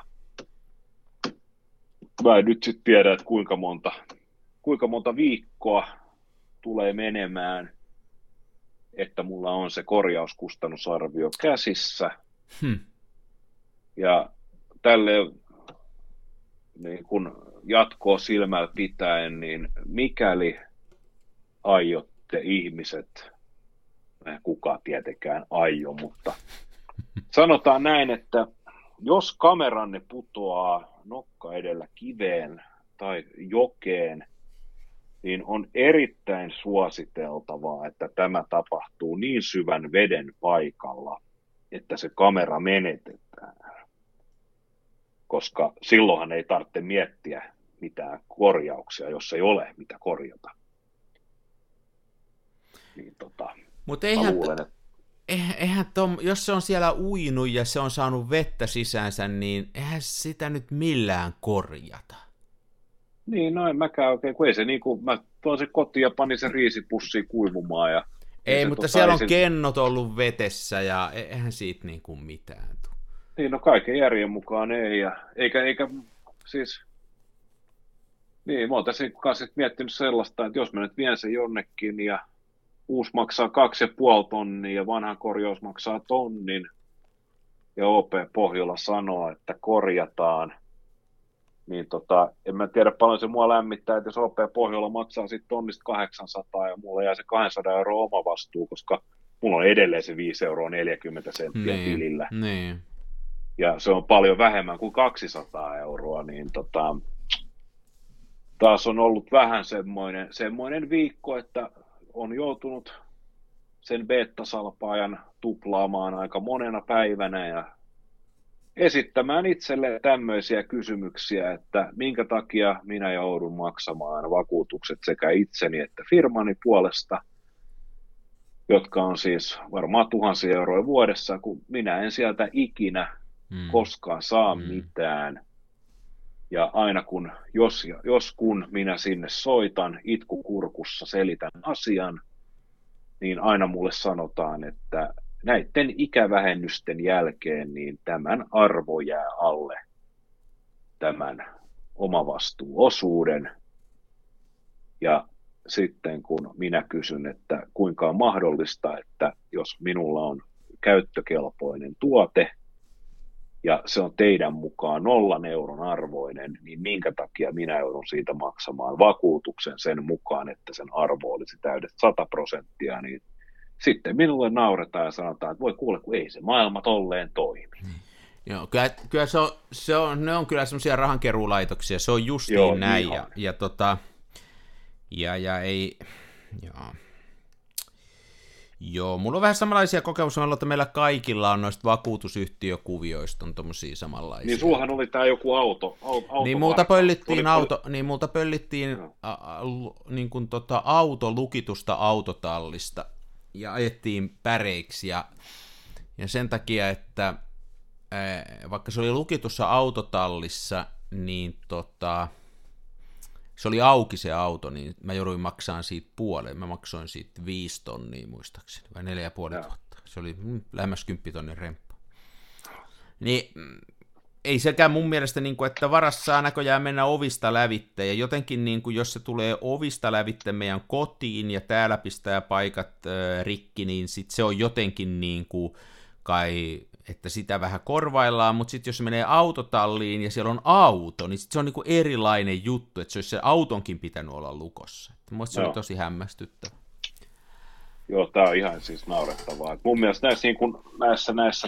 mä en nyt sitten tiedä, että kuinka monta viikkoa tulee menemään, että mulla on se korjauskustannusarvio käsissä. Ja tälle niin kun jatkoa silmällä pitäen, niin mikäli aiotte ihmiset, kukaan tietenkään aio, mutta sanotaan näin, että jos kameranne putoaa nokka edellä kiveen tai jokeen, niin on erittäin suositeltavaa, että tämä tapahtuu niin syvän veden paikalla, että se kamera menetetään. Koska silloinhan ei tarvitse miettiä mitään korjauksia, jos ei ole mitä korjata. Niin mutta jos se on siellä uinut ja se on saanut vettä sisäänsä, niin eihän sitä nyt millään korjata. Niin, no en mäkään oikein, kun ei se niin kuin, mä tuon se kotiin ja panin sen riisipussiin kuivumaan. Ja ei, mutta siellä on kennot ollut vetessä ja eihän siitä niin kuin mitään tule. Niin, no kaiken järjen mukaan ei, ja eikä siis, niin mä oon tässä kanssa miettinyt sellaista, että jos mä nyt vien sen jonnekin ja uusi maksaa 2,5 tonnia ja vanha korjaus maksaa 1 tonnin ja OP Pohjola sanoo, että korjataan, niin en mä tiedä paljon se mua lämmittää, että jos OP Pohjola maksaa sitten tonnista 800 ja mulla jää se 200 € oma vastuu, koska mulla on edelleen se 5,40 € tilillä. Niin. Ja se on paljon vähemmän kuin 200 €, niin taas on ollut vähän semmoinen viikko, että on joutunut sen beta-salpaajan tuplaamaan aika monena päivänä ja esittämään itselle tämmöisiä kysymyksiä, että minkä takia minä joudun maksamaan vakuutukset sekä itseni että firmani puolesta, jotka on siis varmaan 1,000 € vuodessa, kun minä en sieltä ikinä koskaan saa mitään. Ja aina kun minä sinne soitan, itku kurkussa selitän asian, niin aina mulle sanotaan, että näiden ikävähennysten jälkeen niin tämän arvo jää alle tämän omavastuuosuuden. Ja sitten kun minä kysyn, että kuinka on mahdollista, että jos minulla on käyttökelpoinen tuote ja se on teidän mukaan 0 € arvoinen, niin minkä takia minä joudun siitä maksamaan vakuutuksen sen mukaan, että sen arvo olisi täydet 100%, niin sitten minulle nauretaan ja sanotaan, että voi kuule, kun ei se maailma tolleen toimi. Joo, kyllä ne on kyllä semmoisia rahankeruulaitoksia, se on justiin Joo, näin. ihan. Joo, mulla on vähän samanlaisia kokemuksia, että meillä kaikilla on noista vakuutusyhtiökuvioista on tommosia samanlaisia. Niin sullahan oli tää joku auto. Niin multa pöllittiin niin kuin autolukitusta autotallista ja ajettiin päreiksi ja sen takia, että vaikka se oli lukitussa autotallissa, niin se oli auki se auto, niin mä jouduin maksamaan siitä puoleen. Mä maksoin siitä 5 000 muistaakseni, vai 4 500. Se oli lähemmäs 10 000 remppa. Niin ei sekään mun mielestä, niin kuin, että varas saa näköjään mennä ovista lävitte, ja jotenkin niin kuin, jos se tulee ovista lävitte meidän kotiin, ja täällä pistää paikat rikki, niin sit se on jotenkin niin kuin, kai, että sitä vähän korvaillaan, mutta sitten jos se menee autotalliin ja siellä on auto, niin sit se on niin kuin erilainen juttu, että se olisi se autonkin pitänyt olla lukossa. Mielestäni se oli tosi hämmästyttävä. Joo, tää on ihan siis naurettavaa. Et mun mielestä näissä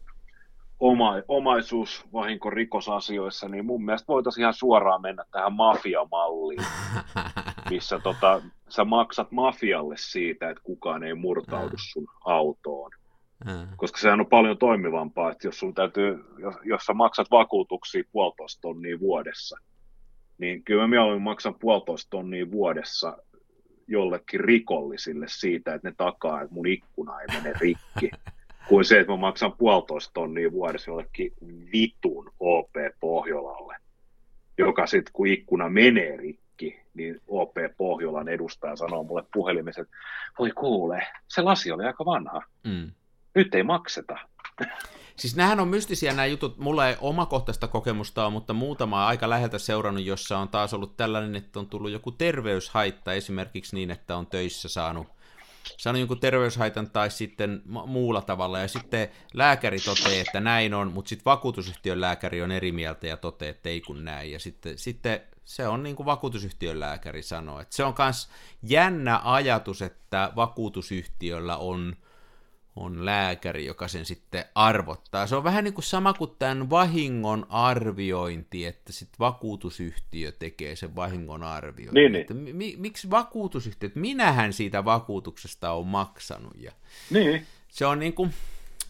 omaisuusvahinkorikosasioissa, niin mun mielestä voitaisiin ihan suoraan mennä tähän mafiamalliin, missä sä maksat mafialle siitä, että kukaan ei murtaudu sun autoon. Koska sehän on paljon toimivampaa, että jos sä maksat vakuutuksia 1,5 tonnia vuodessa, niin kyllä mä mieluummin maksan 1,5 tonnia vuodessa jollekin rikollisille siitä, että ne takaa, että mun ikkuna ei mene rikki, kuin se, että mä maksan 1,5 tonnia vuodessa jollekin vitun OP Pohjolalle, joka sitten kun ikkuna menee rikki, niin OP Pohjolan edustaja sanoo mulle puhelimessa, että voi kuule, se lasi oli aika vanha. Nyt ei makseta. Siis nämähän on mystisiä nämä jutut. Mulla ei omakohtaista kokemusta ole, mutta muutama aika läheltä seurannut, jossa on taas ollut tällainen, että on tullut joku terveyshaitta esimerkiksi niin, että on töissä saanut jonkun terveyshaitan tai sitten muulla tavalla. Ja sitten lääkäri toteaa, että näin on, mutta sitten vakuutusyhtiön lääkäri on eri mieltä ja toteaa, että ei kun näin. Ja sitten se on niin kuin vakuutusyhtiön lääkäri sanoo. Että se on myös jännä ajatus, että vakuutusyhtiöllä on lääkäri, joka sen sitten arvottaa. Se on vähän niin kuin sama kuin tämän vahingon arviointi, että sitten vakuutusyhtiö tekee sen vahingon arvioinnin. Niin. Että miksi vakuutusyhtiö? Minähän siitä vakuutuksesta on maksanut. Ja niin. Se on niin kuin,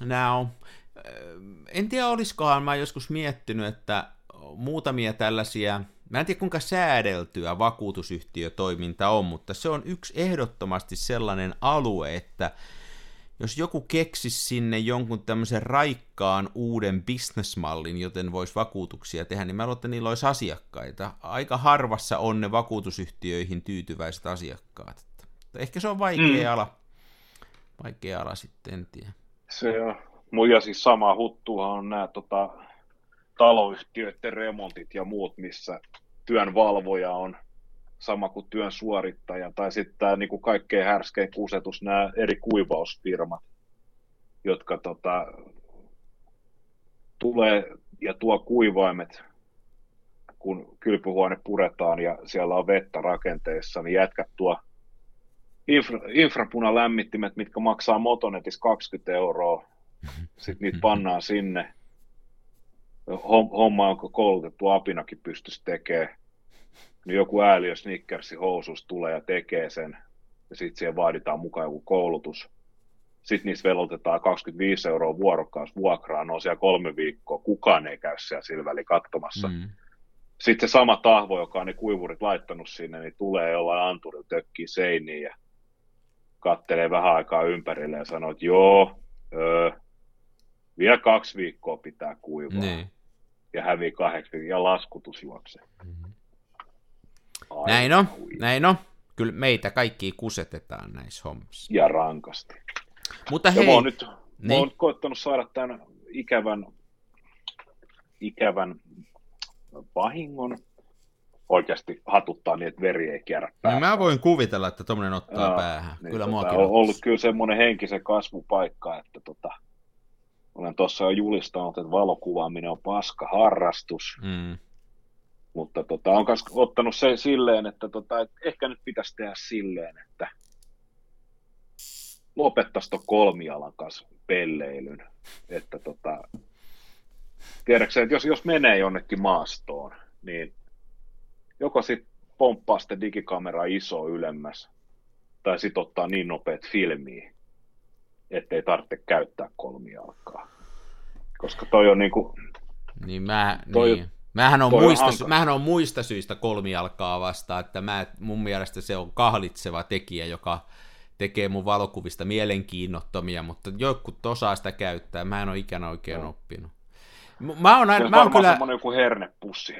en tiedä olisikohan mä joskus miettinyt, että muutamia tällaisia, mä en tiedä kuinka säädeltyä vakuutusyhtiötoiminta on, mutta se on yksi ehdottomasti sellainen alue, että jos joku keksisi sinne jonkun tämmöisen raikkaan uuden bisnesmallin, joten voisi vakuutuksia tehdä, niin mä luulen, että niillä olisi asiakkaita. Aika harvassa on ne vakuutusyhtiöihin tyytyväiset asiakkaat. Ehkä se on vaikea ala. Vaikea ala sitten, en tiedä. Se on. Ja siis sama huttuhan on nämä taloyhtiöiden remontit ja muut, missä työnvalvoja on sama kuin työn suorittaja, tai sitten tämä niinku kaikkein härskein kusetus, nämä eri kuivausfirmat, jotka tulee ja tuo kuivaimet, kun kylpyhuone puretaan ja siellä on vettä rakenteessa, niin jätkät tuo infrapunalämmittimet, mitkä maksaa Motonetissa 20 €. Sitten niitä pannaan sinne. Homma, jonka koulutettu apinakin pystyisi tekemään. Niin joku ääliö Snickersin housuus tulee ja tekee sen. Ja sitten siihen vaaditaan mukaan joku koulutus. Sitten niissä velotetaan 25 € vuorokausi vuokraa. Ne on siellä 3 viikkoa. Kukaan ei käy siellä sillä väliin katsomassa. Sitten se sama tahvo, joka on ne kuivurit laittanut sinne, niin tulee jollain anturilla tökkii seiniin ja kattelee vähän aikaa ympärille ja sanoo, että joo, vielä 2 viikkoa pitää kuivaa. Niin. Ja hävii 8 viikkoa ja laskutus juoksee. Näin on. Kyllä meitä kaikki kusetetaan näissä hommissa. Ja rankasti. Mutta hei. Mä oon nyt koettanut saada tämän ikävän vahingon. Oikeasti hatuttaa niin, että veri ei kierrä päähän. Mä voin kuvitella, että tommonen ottaa päähän. Niin Kyllä on ollut kyllä semmoinen henkisen kasvupaikka, että olen tuossa jo julistanut, että valokuvaaminen on paska harrastus. Mutta on myös ottanut sen silleen, että ehkä nyt pitäisi tehdä silleen, että lopettaisi tuon kolmialan kanssa pelleilyn. Että tiedätkö, että jos menee jonnekin maastoon, niin joko sitten pomppaa sitä digikameraa iso ylemmäs, tai sitten ottaa niin nopeat filmiä, ettei tarvitse käyttää kolmijalkaa. Koska toi on niinku... Mähän on muista syistä kolmijalkaa vastaan, että mun mielestä se on kahlitseva tekijä, joka tekee mun valokuvista mielenkiinnottomia, mutta jotkut osaa sitä käyttää, mä en ole ikänä oikein oppinut. Mä oon kyllä... semmoinen joku hernepussi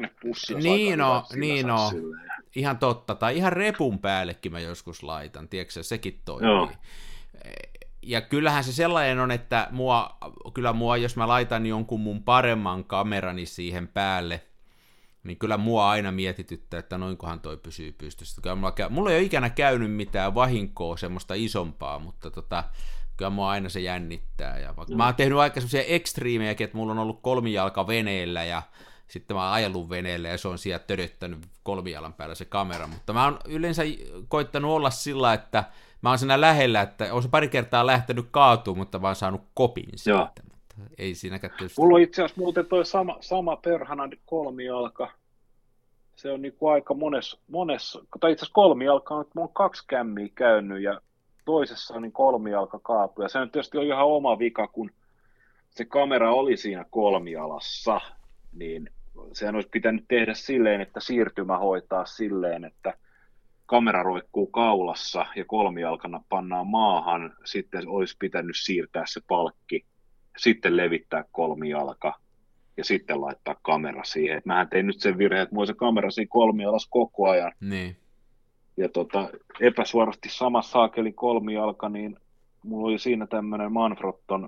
Niin on. Ihan totta, tai ihan repun päällekin mä joskus laitan, tiedätkö, sekin toimii. Joo. Ja kyllähän se sellainen on, että mua, jos mä laitan jonkun mun paremman kamerani siihen päälle, niin kyllä mua aina mietityttää, että noinkohan toi pysyy pystyssä. Mulla ei ole ikänä käynyt mitään vahinkoa semmoista isompaa, mutta kyllä mua aina se jännittää. Ja mä oon tehnyt aika semmoisia ekstriimejäkin, että mulla on ollut kolmijalka veneellä ja sitten mä oon ajellut veneellä ja se on siellä tödöttänyt kolmijalan päällä se kamera, mutta mä oon yleensä koittanut olla sillä, että mä oon siinä lähellä, että on se pari kertaa lähtenyt kaatumaan, mutta mä oon saanut kopin siitä. Mutta ei siinäkään tietysti. Mulla on itse asiassa muuten toi sama perhana kolmijalka. Se on niinku aika monessa, tai itse asiassa kolmijalka on, mulla on 2 kämmiä käynyt ja toisessa on niin kolmijalka kaapu. Ja se nyt tietysti on ihan oma vika, kun se kamera oli siinä kolmijalassa, niin sehän olisi pitänyt tehdä silleen, että siirtymä hoitaa silleen, että kamera roikkuu kaulassa ja kolmijalkana pannaan maahan, sitten olisi pitänyt siirtää se palkki, sitten levittää kolmijalka ja sitten laittaa kamera siihen. Et mähän tein nyt sen virheen, että mulla on se kamera siinä kolmijalassa koko ajan. Niin. Ja epäsuorasti sama saakeli kolmijalka, niin mulla oli siinä tämmöinen Manfrotton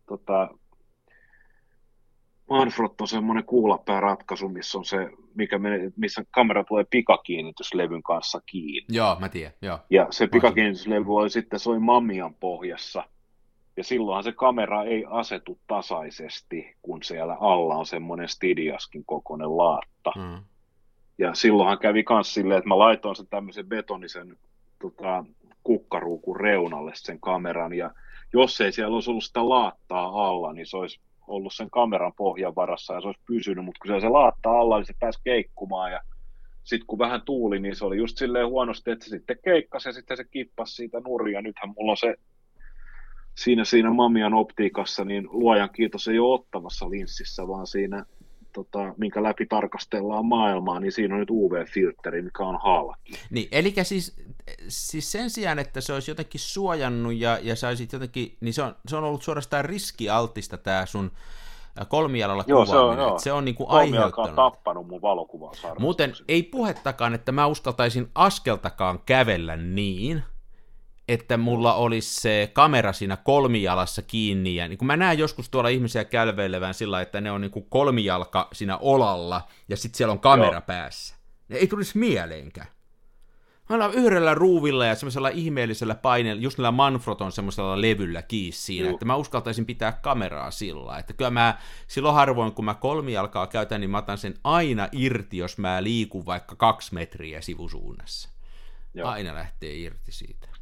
semmoinen kuulapääratkaisu, missä on se, missä kamera tulee pikakiinnityslevyn kanssa kiinni. Joo, mä tiedän, joo. Ja se pikakiinnityslevy oli sitten soi Mamian pohjassa. Ja silloinhan se kamera ei asetu tasaisesti, kun siellä alla on semmoinen Stidiaskin kokoinen laatta. Ja silloinhan kävi myös silleen, että mä laitoin sen tämmöisen betonisen kukkaruukun reunalle sen kameran. Ja jos ei siellä olisi ollut sitä laattaa alla, niin se olisi ollut sen kameran pohjan varassa ja se olisi pysynyt, mutta kun se laattaa alla, niin se pääsi keikkumaan ja sitten kun vähän tuuli, niin se oli just silleen huonosti, että se sitten keikkasi ja sitten se kippasi siitä nurin ja nythän mulla on se siinä Mamian optiikassa, niin luojan kiitos ei ole ottavassa linssissä, vaan siinä, minkä läpi tarkastellaan maailmaa, niin siinä on nyt UV-filtteri, mikä on halki. Niin, eli siis sen sijaan, että se olisi jotenkin suojannut ja saisit jotenkin, niin se on ollut suorastaan riskialtista tämä sun kolmijalalla kuvaaminen. Se on niin kuin aiheuttanut. Kolmijalka on tappanut mun valokuvan. Muuten ei puhettakaan, että mä uskaltaisin askeltakaan kävellä niin, että mulla olisi se kamera siinä kolmijalassa kiinni, ja niin kun mä näen joskus tuolla ihmisiä kävelevän sillä, että ne on niin kuin kolmijalka siinä olalla, ja sitten siellä on kamera päässä. Ne ei tulisi mieleenkään. Mä ollaan yhdellä ruuvilla ja semmoisella ihmeellisellä paineella, just niillä Manfroton semmoisella levyllä kiinni siinä, että mä uskaltaisin pitää kameraa sillä, että kyllä mä silloin harvoin, kun mä kolmijalkaa käytän, niin mä otan sen aina irti, jos mä liikun vaikka 2 metriä sivusuunnassa. Aina lähtee irti siitä.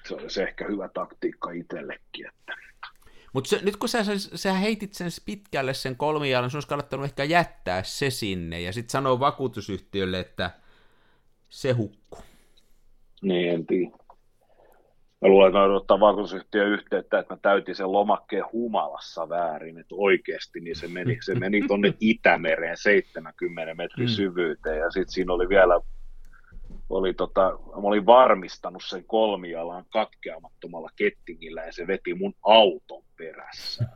Se olisi ehkä hyvä taktiikka itsellekin. Että. Mutta nyt kun sä heitit sen pitkälle sen 3 jalan, sun olisi kannattanut ehkä jättää se sinne ja sitten sanoa vakuutusyhtiölle, että se hukkuu. Niin, en tiedä. Mä luulen, että mä ottaa vakuutusyhtiön yhteyttä, että mä täytin sen lomakkeen humalassa väärin, että oikeasti niin se meni tuonne Itämereen 70 metrin syvyyteen ja sitten siinä oli vielä, mä olin varmistanut sen 3 jalan katkeamattomalla kettingillä ja se veti mun auton perässä.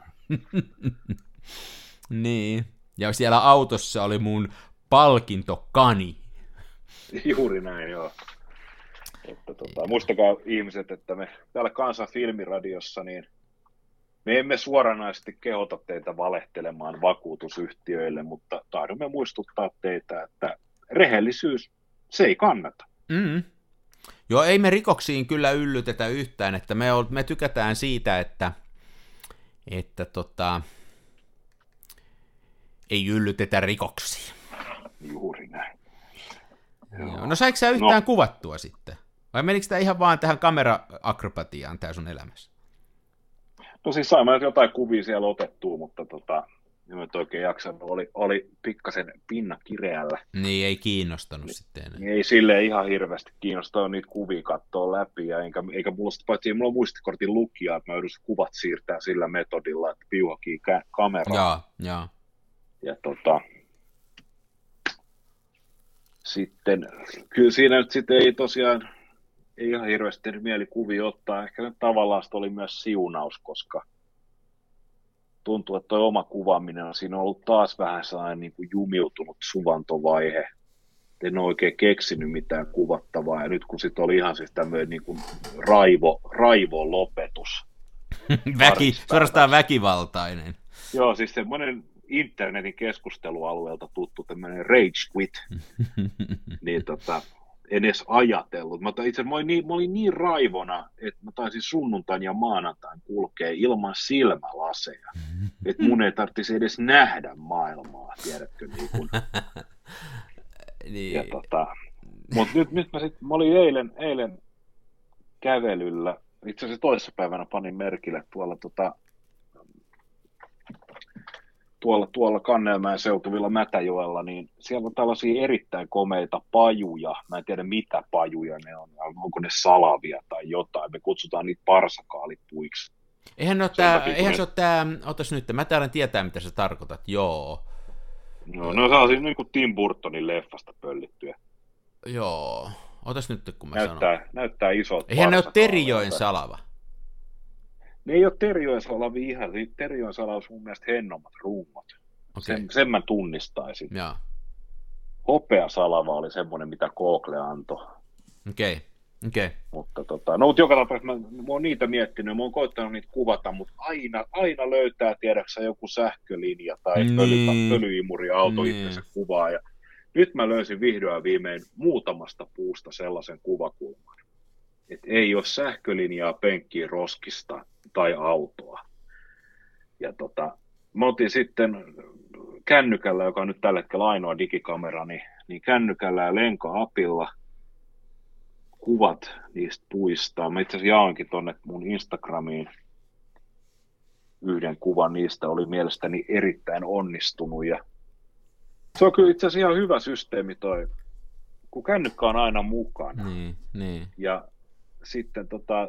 Niin, ja siellä autossa oli mun palkintokani. Juuri näin, joo. Muistakaa ihmiset, että me täällä Kansan filmiradiossa, niin me emme suoranaisesti kehota teitä valehtelemaan vakuutusyhtiöille, mutta tahdomme muistuttaa teitä, että rehellisyys, se ei kannata. Joo, ei me rikoksiin kyllä yllytetä yhtään, että me tykätään siitä, että ei yllytetä rikoksiin. Juuri näin. Joo. No saiko sä yhtään kuvattua sitten? Vai menikö tämä ihan vaan tähän kamera-akrobatiaan tää sun elämässä? No siis saimme jotain kuvia siellä otettua, mutta en nyt oikein jaksanut. Oli pikkasen pinna kireällä. Niin, ei kiinnostanut sitten enää. Ei silleen ihan hirveästi kiinnostaa niitä kuvia katsoa läpi, ja eikä mulla sitten paitsi, mulla on muistikortin lukija, että mä yhdyn kuvat siirtää sillä metodilla, että piuhakii kameraa. Joo. Ja sitten, kyllä siinä nyt sitten ei tosiaan, ei ihan hirveästi mieli kuvia ottaa. Ehkä nyt tavallaan oli myös siunaus, koska tuntuu, että tuo oma kuvaaminen on siinä ollut taas vähän sellainen niin kuin jumiutunut suvantovaihe. En ole oikein keksinyt mitään kuvattavaa, ja nyt kun sitten oli ihan siis tämmöinen niin kuin raivon lopetus. Suorastaan väkivaltainen. Joo, siis semmoinen internetin keskustelualueelta tuttu tämmöinen rage quit, niin en edes ajatellut. Mä olin niin raivona, että mä taisin sunnuntain ja maanantain kulkea ilman silmälaseja, että mun ei tarvitsisi edes nähdä maailmaa, tiedätkö, niin kuin. Niin. Ja mutta nyt mä olin eilen kävelyllä, itse asiassa toissapäivänä panin merkille tuolla Kannelmäen seutuvilla Mätäjoella, niin siellä on tällaisia erittäin komeita pajuja. Mä en tiedä mitä pajuja ne on, onko ne salavia tai jotain. Me kutsutaan niitä parsakaalipuiksi. Eihän se ole tämä, otas nyt, mä täällä tietää mitä sä tarkoitat, joo. No, ne on sellaisia niin kuin Tim Burtonin leffasta pöllittyjä. Joo, otas nyt kun mä sanon. Näyttää isot. Eihän ne ole Terijoen salava. Ne ei ole Terijoen salavia ihan. Terijoen salava mun mielestä hennommat rungot. Okay. Sen mä tunnistaisin. Joo. Hopeasalava oli semmoinen, mitä Google antoi. Okei. Mutta mutta joka tapauksessa mä oon niitä miettinyt, mä oon koittanut niitä kuvata, mutta aina löytää, tiedäksä, joku sähkölinja tai pölyimuriauto itsensä kuvaa. Ja nyt mä löysin vihdoin viimein muutamasta puusta sellaisen kuvakulman, että ei ole sähkölinjaa penkkiin roskista tai autoa. Ja mä otin sitten kännykällä, joka on nyt tällä hetkellä ainoa digikamera, niin kännykällä ja lenka-apilla kuvat niistä puista. Mä itse asiassa jaankin tuonne mun Instagramiin yhden kuvan niistä, oli mielestäni erittäin onnistunut. Ja se on kyllä itse asiassa ihan hyvä systeemi toi, kun kännykkä on aina mukana. Niin. Ja sitten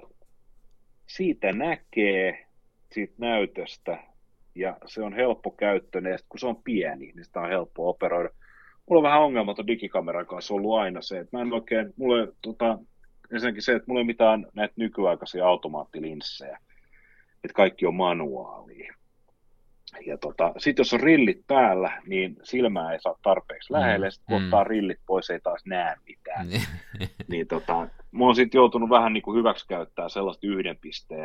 siitä näkee, siitä näytöstä, ja se on helppo käyttöinen, ja kun se on pieni, niin sitä on helppo operoida. Mulla on vähän ongelmaton digikameran kanssa ollut aina se, että mä en oikein, ensinnäkin se, että mulla ei mitään näitä nykyaikaisia automaattilinssejä, että kaikki on manuaalia. Ja sitten jos on rillit päällä, niin silmää ei saa tarpeeksi lähelle, sitten kun ottaa rillit pois, ei taas näe mitään. Niin mä oon sitten joutunut vähän niin kuin hyväksikäyttää sellaista yhden pisteen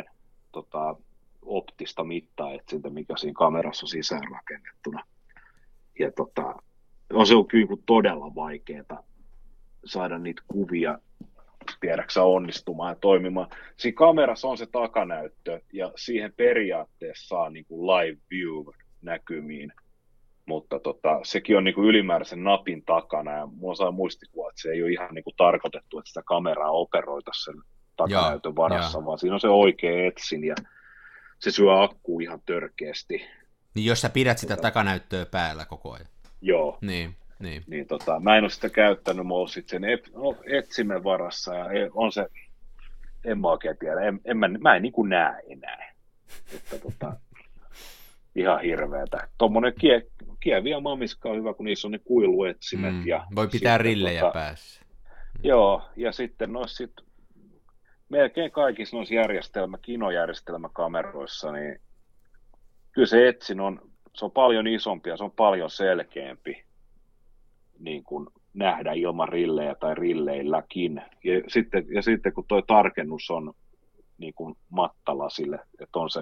optista mittaetsintä, mikä siinä kamerassa on sisään rakennettuna. Ja on se kyllä niin todella vaikeaa saada niitä kuvia, tiedäksä, onnistumaan ja toimimaan. Siinä kamerassa on se takanäyttö, ja siihen periaatteessa saa niin kuin live view näkymiin, mutta sekin on niin kuin ylimääräisen napin takana, ja mulla saa muistikuva, että se ei ole ihan niin kuin tarkoitettu, että sitä kameraa operoitaisiin sen takanäytön varassa, vaan siinä on se oikea etsin ja se syö akkuu ihan törkeästi. Niin jos sä pidät sitä takanäyttöä päällä koko ajan. Joo. Niin. Mä en ole sitä käyttänyt, mä oon sitten sen etsimen varassa ja on se, en mä oikein tiedä, mä en niin kuin näe enää. Että ihan hirveetä. Tuommoinen kieviä mamiska on hyvä, kun niissä on ne kuiluetsimet. Ja voi pitää rillejä päässä. Joo, ja sitten melkein kaikissa noissa kinojärjestelmäkameroissa, niin kyllä se etsin se on paljon isompi ja se on paljon selkeämpi niin kuin nähdä ilman rillejä tai rilleilläkin. Ja sitten kun tuo tarkennus on niin kuin mattalasille, että on se,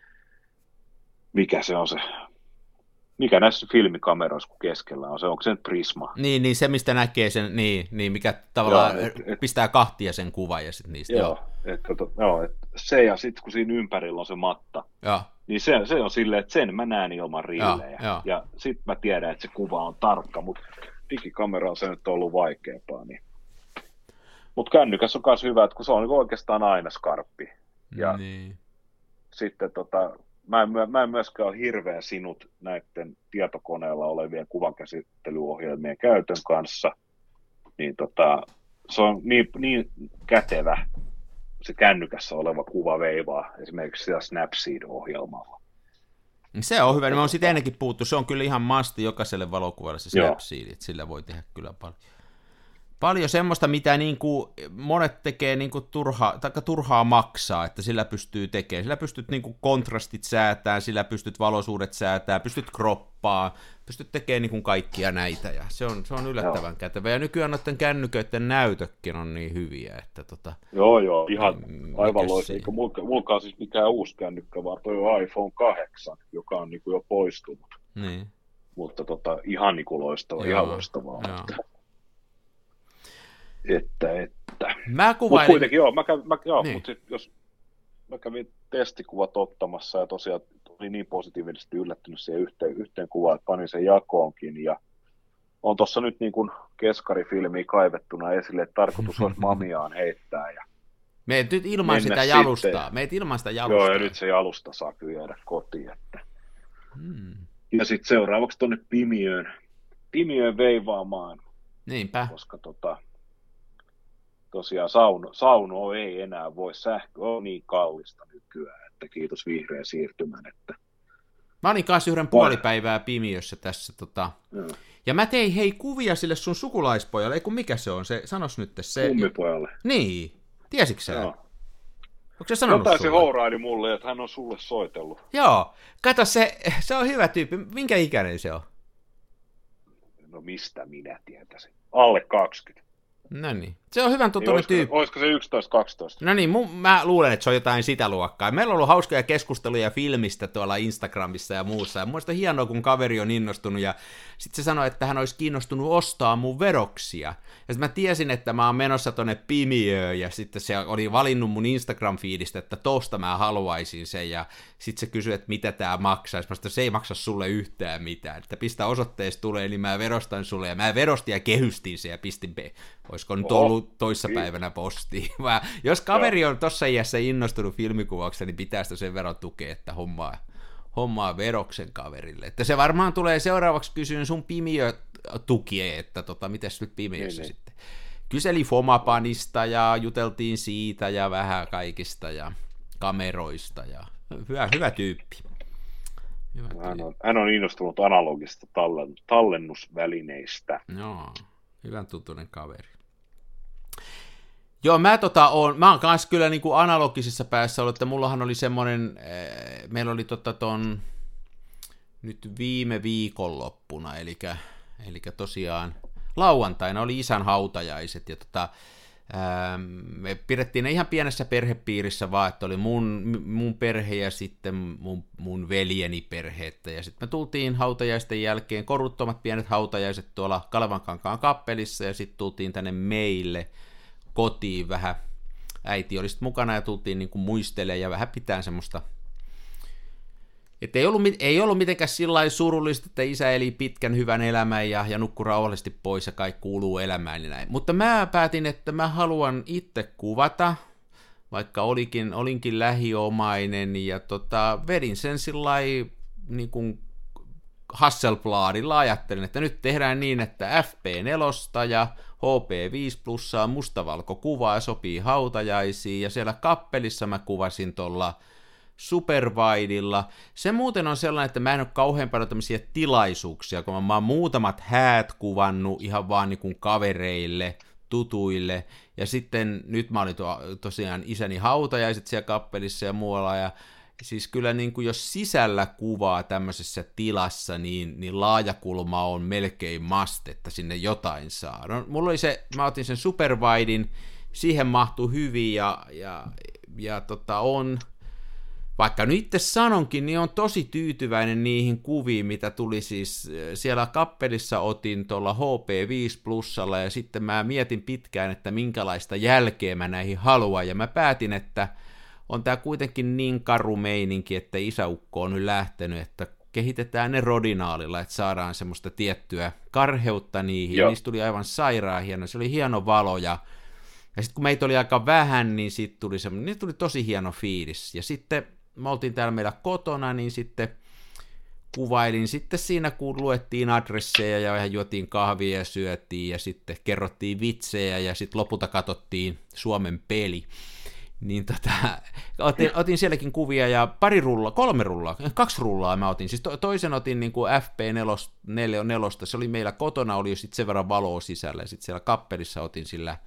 mikä näissä filmikameroissa kun keskellä on se, onko se nyt prisma? Niin se mistä näkee sen, niin mikä tavallaan pistää kahtia sen kuvan ja sitten niistä. Joo. Että se ja sitten kun siinä ympärillä on se matta, niin se on silleen, että sen mä näen ilman rillejä. Ja sitten mä tiedän, että se kuva on tarkka, mutta digikamera on se nyt ollut vaikeampaa. Niin. Mutta kännykäs on myös hyvä, että kun se on oikeastaan aina skarppi. Ja sitten mä en myöskään ole hirveän sinut näiden tietokoneella olevien kuvankäsittelyohjelmien käytön kanssa, niin se on niin kätevä se kännykässä oleva kuva veivaa esimerkiksi sillä Snapseed-ohjelmalla. Se on hyvä, me on sitten ennenkin puhuttu, se on kyllä ihan masti jokaiselle valokuvalle se Snapseed, että sillä voi tehdä kyllä paljon semmoista, mitä niin kuin monet tekee niin kuin turhaa maksaa, että sillä pystyy tekemään. Sillä pystyt niin kuin kontrastit säätämään, sillä pystyt valoisuudet säätämään, pystyt kroppaa, pystyt tekemään niin kuin kaikkia näitä, ja se on yllättävän kätevä. Ja nykyään noiden kännyköiden näytökkin on niin hyviä, että Joo, ihan aivan loistava. Eikä mulkaan siis mikään uusi kännykkä, vaan toi iPhone 8, joka on niin kuin jo poistunut. Niin. Mutta ihan niin kuin loistava, ihan loistavaa. Että. Mä kuvailin. Mutta kuitenkin niin. Mutta jos mä kävin testikuvat ottamassa ja tosiaan olin niin positiivisesti yllättynyt siihen yhteen kuvaan, että panin sen jakoonkin ja on tuossa nyt niin kuin keskarifilmiä kaivettuna esille, että tarkoitus olisi mamiaan heittää. Ja meet nyt ilman sitä jalustaa. Joo, ja nyt se jalusta saa kyllä jäädä kotiin. Että. Ja sitten seuraavaksi tuonne pimiöön veivaamaan. Niinpä. Koska tosiaan saunoa ei enää voi, sähkö on niin kallista nykyään, että kiitos vihreän siirtymän. Että. Mä olin kanssa yhden puolipäivää pimiössä tässä. Ja mä tein kuvia sille sun sukulaispojalle, ei kun mikä se on, se sanos nyt se. Kummipojalle. Niin, tiesitkö sä? Joo. Onko se sanonut jotain sulle? Se houraili mulle, että hän on sulle soitellut. Joo, kato se on hyvä tyyppi, minkä ikäinen se on? No mistä minä tietäisin? Alle 20. No niin, se on hyvän tutuinen tyyppi. Olisiko se 11-12? No niin, mä luulen, että se on jotain sitä luokkaa. Meillä on ollut hauskoja keskusteluja filmistä tuolla Instagramissa ja muussa. Ja muista hienoa, kun kaveri on innostunut ja sitten se sanoi, että hän olisi kiinnostunut ostaa mun vedoksia. Ja sitten mä tiesin, että mä oon menossa tonne pimiöön ja sitten se oli valinnut mun Instagram-fiidistä, että tosta mä haluaisin sen ja sitten se kysyi, että mitä tää maksaisi. Mä sanoin, että se ei maksa sulle yhtään mitään. Että pistä osoitteesta tulee, niin mä verostan sulle. Ja mä verostin ja kehystin sen ja pistin olisiko nyt ollut toissapäivänä postiin. Jos kaveri on tossa iässä innostunut filmikuvauksesta, niin pitää sitä sen verran tukea, että hommaa veroksen kaverille. Että se varmaan tulee seuraavaksi kysyyn sun pimiötukie, että mites nyt pimiössä niin. sitten. Kyseli Fomapanista ja juteltiin siitä ja vähän kaikista ja kameroista ja hyvä tyyppi. Hän on innostunut analogista tallennusvälineistä. Joo, hyvän tutuinen kaveri. Joo, mä oon kans kyllä niinku analogisessa päässä ollut, että mullahan oli semmonen, meillä oli nyt viime viikonloppuna, eli tosiaan lauantaina oli isän hautajaiset, ja me pidettiin ne ihan pienessä perhepiirissä vaan, että oli mun perhe ja sitten mun veljeni perheettä, ja sitten me tultiin hautajaisten jälkeen, koruttomat pienet hautajaiset tuolla Kalevankankaan kappelissa, ja sitten tultiin tänne meille kotiin vähän, äiti oli sitten mukana ja tultiin niin kuin muistelemaan ja vähän pitää semmoista, että ei ollut mitenkään sillain surullista, että isä eli pitkän hyvän elämän ja nukkui rauhallisesti pois ja kaikki kuuluu elämään ja näin. Mutta mä päätin, että mä haluan itse kuvata vaikka olinkin lähiomainen, ja vedin sen sillai niin kuin Hasselbladilla, ajattelin, että nyt tehdään niin, että FP4 ja HP5 plussaa mustavalkokuvaa sopii hautajaisiin, ja siellä kappelissa mä kuvasin tuolla Superwidella. Se muuten on sellainen, että mä en ole kauhean paljon tämmöisiä tilaisuuksia, kun mä oon muutamat häät kuvannut ihan vaan niin kuin kavereille, tutuille, ja sitten nyt mä olin tosiaan isäni hautajaiset siellä kappelissa ja muualla, ja siis kyllä niin kuin jos sisällä kuvaa tämmöisessä tilassa, niin laajakulma on melkein must, että sinne jotain saa. No, mulla oli mä otin sen Superwiden, siihen mahtui hyvin, ja on, vaikka nyt itse sanonkin, niin on tosi tyytyväinen niihin kuviin, mitä tuli siis siellä kappelissa otin tuolla HP5 plussalla, ja sitten mä mietin pitkään, että minkälaista jälkeä mä näihin haluan, ja mä päätin, että on tää kuitenkin niin karu meininki, että isäukko on nyt lähtenyt, että kehitetään ne rodinaalilla, että saadaan semmoista tiettyä karheutta niihin, ja niistä tuli aivan sairaan hieno, se oli hieno valo, ja sitten kun meitä oli aika vähän, niin siitä tuli tosi hieno fiilis, ja sitten me oltiin täällä meillä kotona, niin sitten kuvailin sitten siinä, kun luettiin adresseja ja vähän juotiin kahvia ja syötiin, ja sitten kerrottiin vitsejä, ja sitten lopulta katsottiin Suomen peli. Niin otin sielläkin kuvia, ja 2 rullaa mä otin. Siis toisen otin niin kuin FP4, se oli meillä kotona, oli jo sitten sen verran valoa sisällä, ja sitten siellä kappelissa otin sillä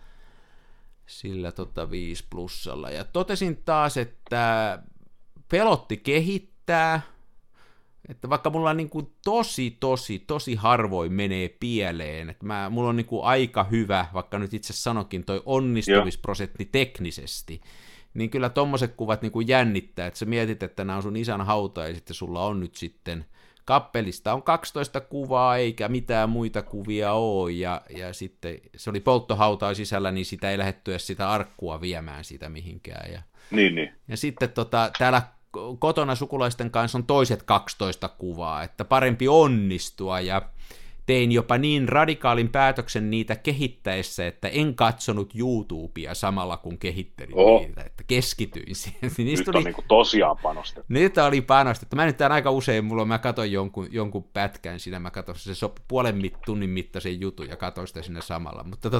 5 plussalla. Ja totesin taas, että pelotti kehittää, että vaikka mulla niin kuin tosi harvoin menee pieleen, että mulla on niin kuin aika hyvä, vaikka nyt itse sanokin toi onnistumisprosentti teknisesti, niin kyllä tommoset kuvat niin kuin jännittää, että sä mietit, että nämä on sun isän hauta, ja sitten sulla on nyt sitten kappelista on 12 kuvaa, eikä mitään muita kuvia ole, ja sitten se oli polttohautaa sisällä, niin sitä ei lähdetty edes sitä arkkua viemään sitä mihinkään. Niin. Ja sitten täällä kotona sukulaisten kanssa on toiset 12 kuvaa, että parempi onnistua, ja tein jopa niin radikaalin päätöksen niitä kehittäessä, että en katsonut YouTubea samalla kun kehittelin niitä, että keskityin siihen. Nyt on niin kuin tosiaan panostettu. Nyt oli panostettu. Mä nyt aika usein, mä katson jonkun pätkän siinä, mä katson se puolen tunnin mittaisen jutun ja katson sitä sinne samalla, mutta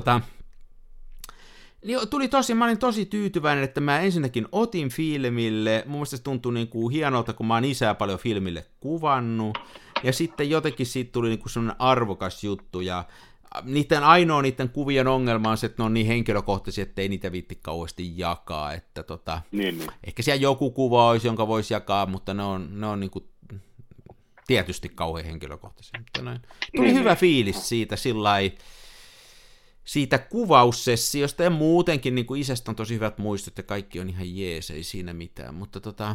niin mä olin tosi tyytyväinen, että mä ensinnäkin otin filmille, mun mielestä se tuntui niin kuin hienolta, kun mä oon isää paljon filmille kuvannut, ja sitten jotenkin siitä tuli niin kuin semmoinen arvokas juttu, ja niiden kuvien ongelma on se, että ne on niin henkilökohtaisia, että ei niitä viitti kauheasti jakaa, että niin. Ehkä siellä joku kuva olisi, jonka voisi jakaa, mutta ne on niin kuin tietysti kauhean henkilökohtaisia, mutta tuli hyvä fiilis siitä sillai, siitä kuvaussessiosta, ja muutenkin niin kuin isästä on tosi hyvät muistot, ja kaikki on ihan jees, ei siinä mitään, mutta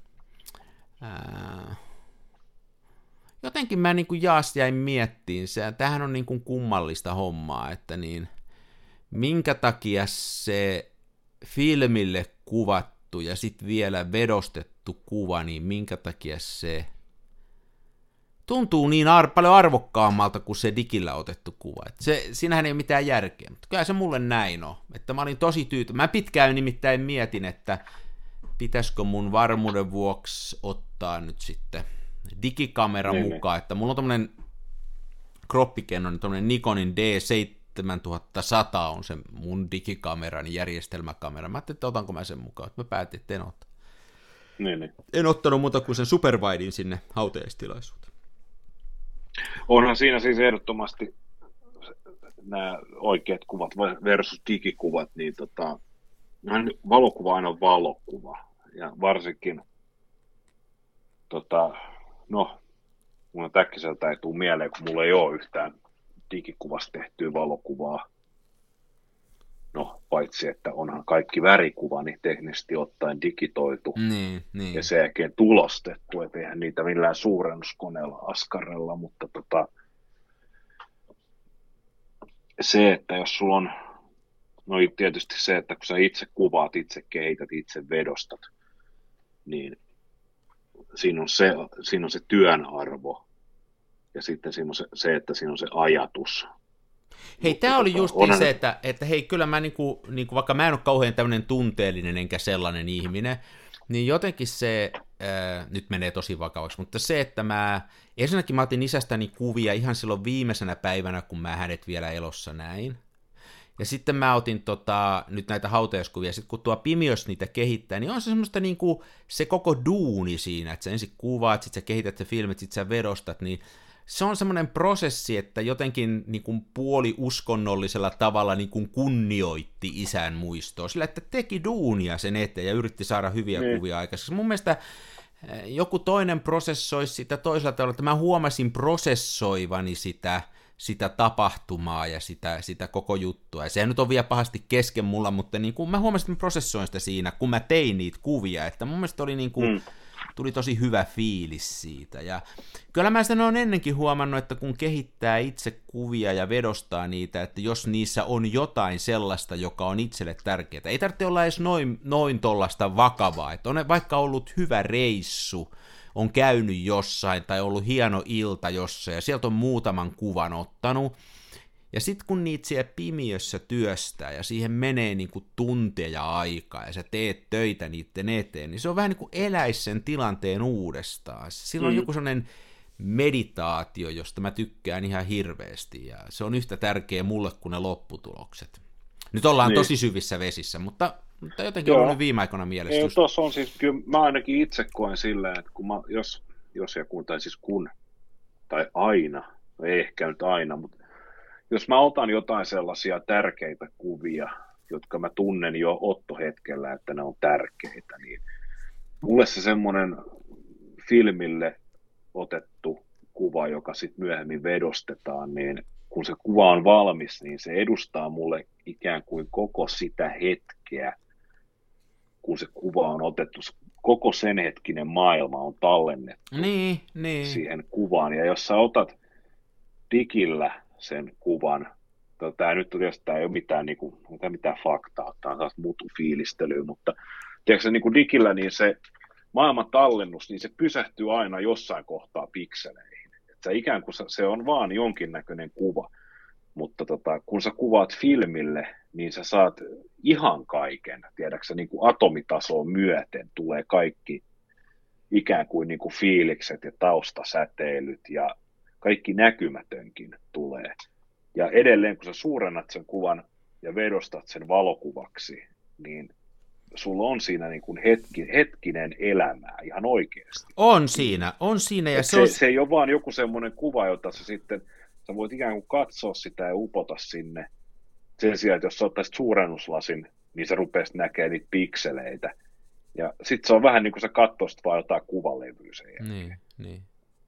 jotenkin mä niin kuin jäin miettiin, tämähän on niin kuin kummallista hommaa, että niin, minkä takia se filmille kuvattu ja sitten vielä vedostettu kuva, niin minkä takia se tuntuu niin paljon arvokkaammalta kuin se digillä otettu kuva. Siinähän ei ole mitään järkeä, mutta kyllä se mulle näin on. Että mä olin tosi tyytyväinen. Mä pitkään nimittäin mietin, että pitäisikö mun varmuuden vuoksi ottaa nyt sitten digikamera mukaan. Että mulla on tommonen Croppicanon, tommonen Nikonin D7100 on se mun digikamerani järjestelmäkamera. Mä ajattelin, että otanko mä sen mukaan. Mä päätin, että en ota. Niin. En ottanut muuta kuin sen Superwiden sinne hautajaistilaisuuteen. Onhan siinä siis ehdottomasti nämä oikeat kuvat versus digikuvat, niin valokuva aina on valokuva. Ja varsinkin, mun äkkiseltä ei tule mieleen, kun mulla ei ole yhtään digikuvasta tehtyä valokuvaa. No, paitsi että onhan kaikki värikuvani teknisesti ottaen digitoitu niin. ja sen jälkeen tulostettu, et eihän niitä millään suurennuskoneella askarella, mutta se, että jos sulla on, no tietysti se, että kun sä itse kuvaat, itse kehität, itse vedostat, niin siinä on se työn arvo ja sitten siinä on se, että siinä on se ajatus. Hei, tämä oli just se, että hei, kyllä mä niinku, vaikka mä en ole kauhean tämmöinen tunteellinen enkä sellainen ihminen, niin jotenkin se, nyt menee tosi vakavaksi, mutta se, että ensinnäkin mä otin isästäni kuvia ihan silloin viimeisenä päivänä, kun mä hänet vielä elossa näin. Ja sitten mä otin nyt näitä hautajaiskuvia, sitten kun tuo Pimiös niitä kehittää, niin on se semmoista niinku se koko duuni siinä, että sä ensin kuvaat, sitten sä kehität se filmit, sitten sä vedostat, niin se on semmoinen prosessi, että jotenkin niinku puoliuskonnollisella tavalla niinku kunnioitti isän muistoa, sillä että teki duunia sen eteen ja yritti saada hyviä kuvia aikaiseksi. Mun mielestä joku toinen prosessoisi sitä toisella tavalla, että mä huomasin prosessoivani sitä tapahtumaa ja sitä koko juttua. Ja sehän nyt on vielä pahasti kesken mulla, mutta niin kuin mä huomasin, että mä prosessoin sitä siinä, kun mä tein niitä kuvia, että mun mielestä oli niin kuin, tuli tosi hyvä fiilis siitä. Ja kyllä mä sen olen ennenkin huomannut, että kun kehittää itse kuvia ja vedostaa niitä, että jos niissä on jotain sellaista, joka on itselle tärkeää, ei tarvitse olla edes noin tollaista vakavaa, että on vaikka ollut hyvä reissu, on käynyt jossain tai ollut hieno ilta jossain ja sieltä on muutaman kuvan ottanut. Ja sitten kun niitä siellä pimiössä työstää ja siihen menee niinku tunteja aikaa ja sä teet töitä niiden eteen, niin se on vähän niin kuin eläisi sen tilanteen uudestaan. Sillä on joku sellainen meditaatio, josta mä tykkään ihan hirveästi ja se on yhtä tärkeä mulle kuin ne lopputulokset. Nyt ollaan tosi syvissä vesissä, mutta jotenkin on ollut viime aikoina mielessä. Ei, tuossa on siis, kyllä mä ainakin itse koen silleen, että kun mä, jos ja kun, tai siis kun, tai aina, ei ehkä nyt aina, mutta jos mä otan jotain sellaisia tärkeitä kuvia, jotka mä tunnen jo ottohetkellä, että ne on tärkeitä, niin mulle se semmoinen filmille otettu kuva, joka sitten myöhemmin vedostetaan, niin kun se kuva on valmis, niin se edustaa mulle ikään kuin koko sitä hetkeä, kun se kuva on otettu, koko sen hetkinen maailma on tallennettu siihen kuvaan. Ja jos sä otat digillä sen kuvan, tämä nyt ei ole mitään faktaa, tämä on taas mutufiilistelyä, mutta tiedätkö, niin kuin digillä niin se maailman tallennus, niin se pysähtyy aina jossain kohtaa pikseleihin. Että ikään kuin se on vaan jonkinnäköinen kuva, mutta kun sä kuvaat filmille, niin sä saat ihan kaiken, tiedätkö, niin kuin atomitasoon myöten tulee kaikki ikään kuin fiilikset ja taustasäteilyt ja kaikki näkymätönkin tulee. Ja edelleen, kun sä suurennat sen kuvan ja vedostat sen valokuvaksi, niin sulla on siinä niin kuin hetkinen elämää ihan oikeasti. On siinä. Ja se ei ole vaan joku semmoinen kuva, jota sä voit ikään kuin katsoa sitä ja upota sinne. Sen sijaan, että jos sä ottaisit suurennuslasin, niin sä rupeasit näkemään niitä pikseleitä. Ja sit se on vähän niin kuin sä katsoisit vaan jotain kuvalevyä sen jälkeen. Niin.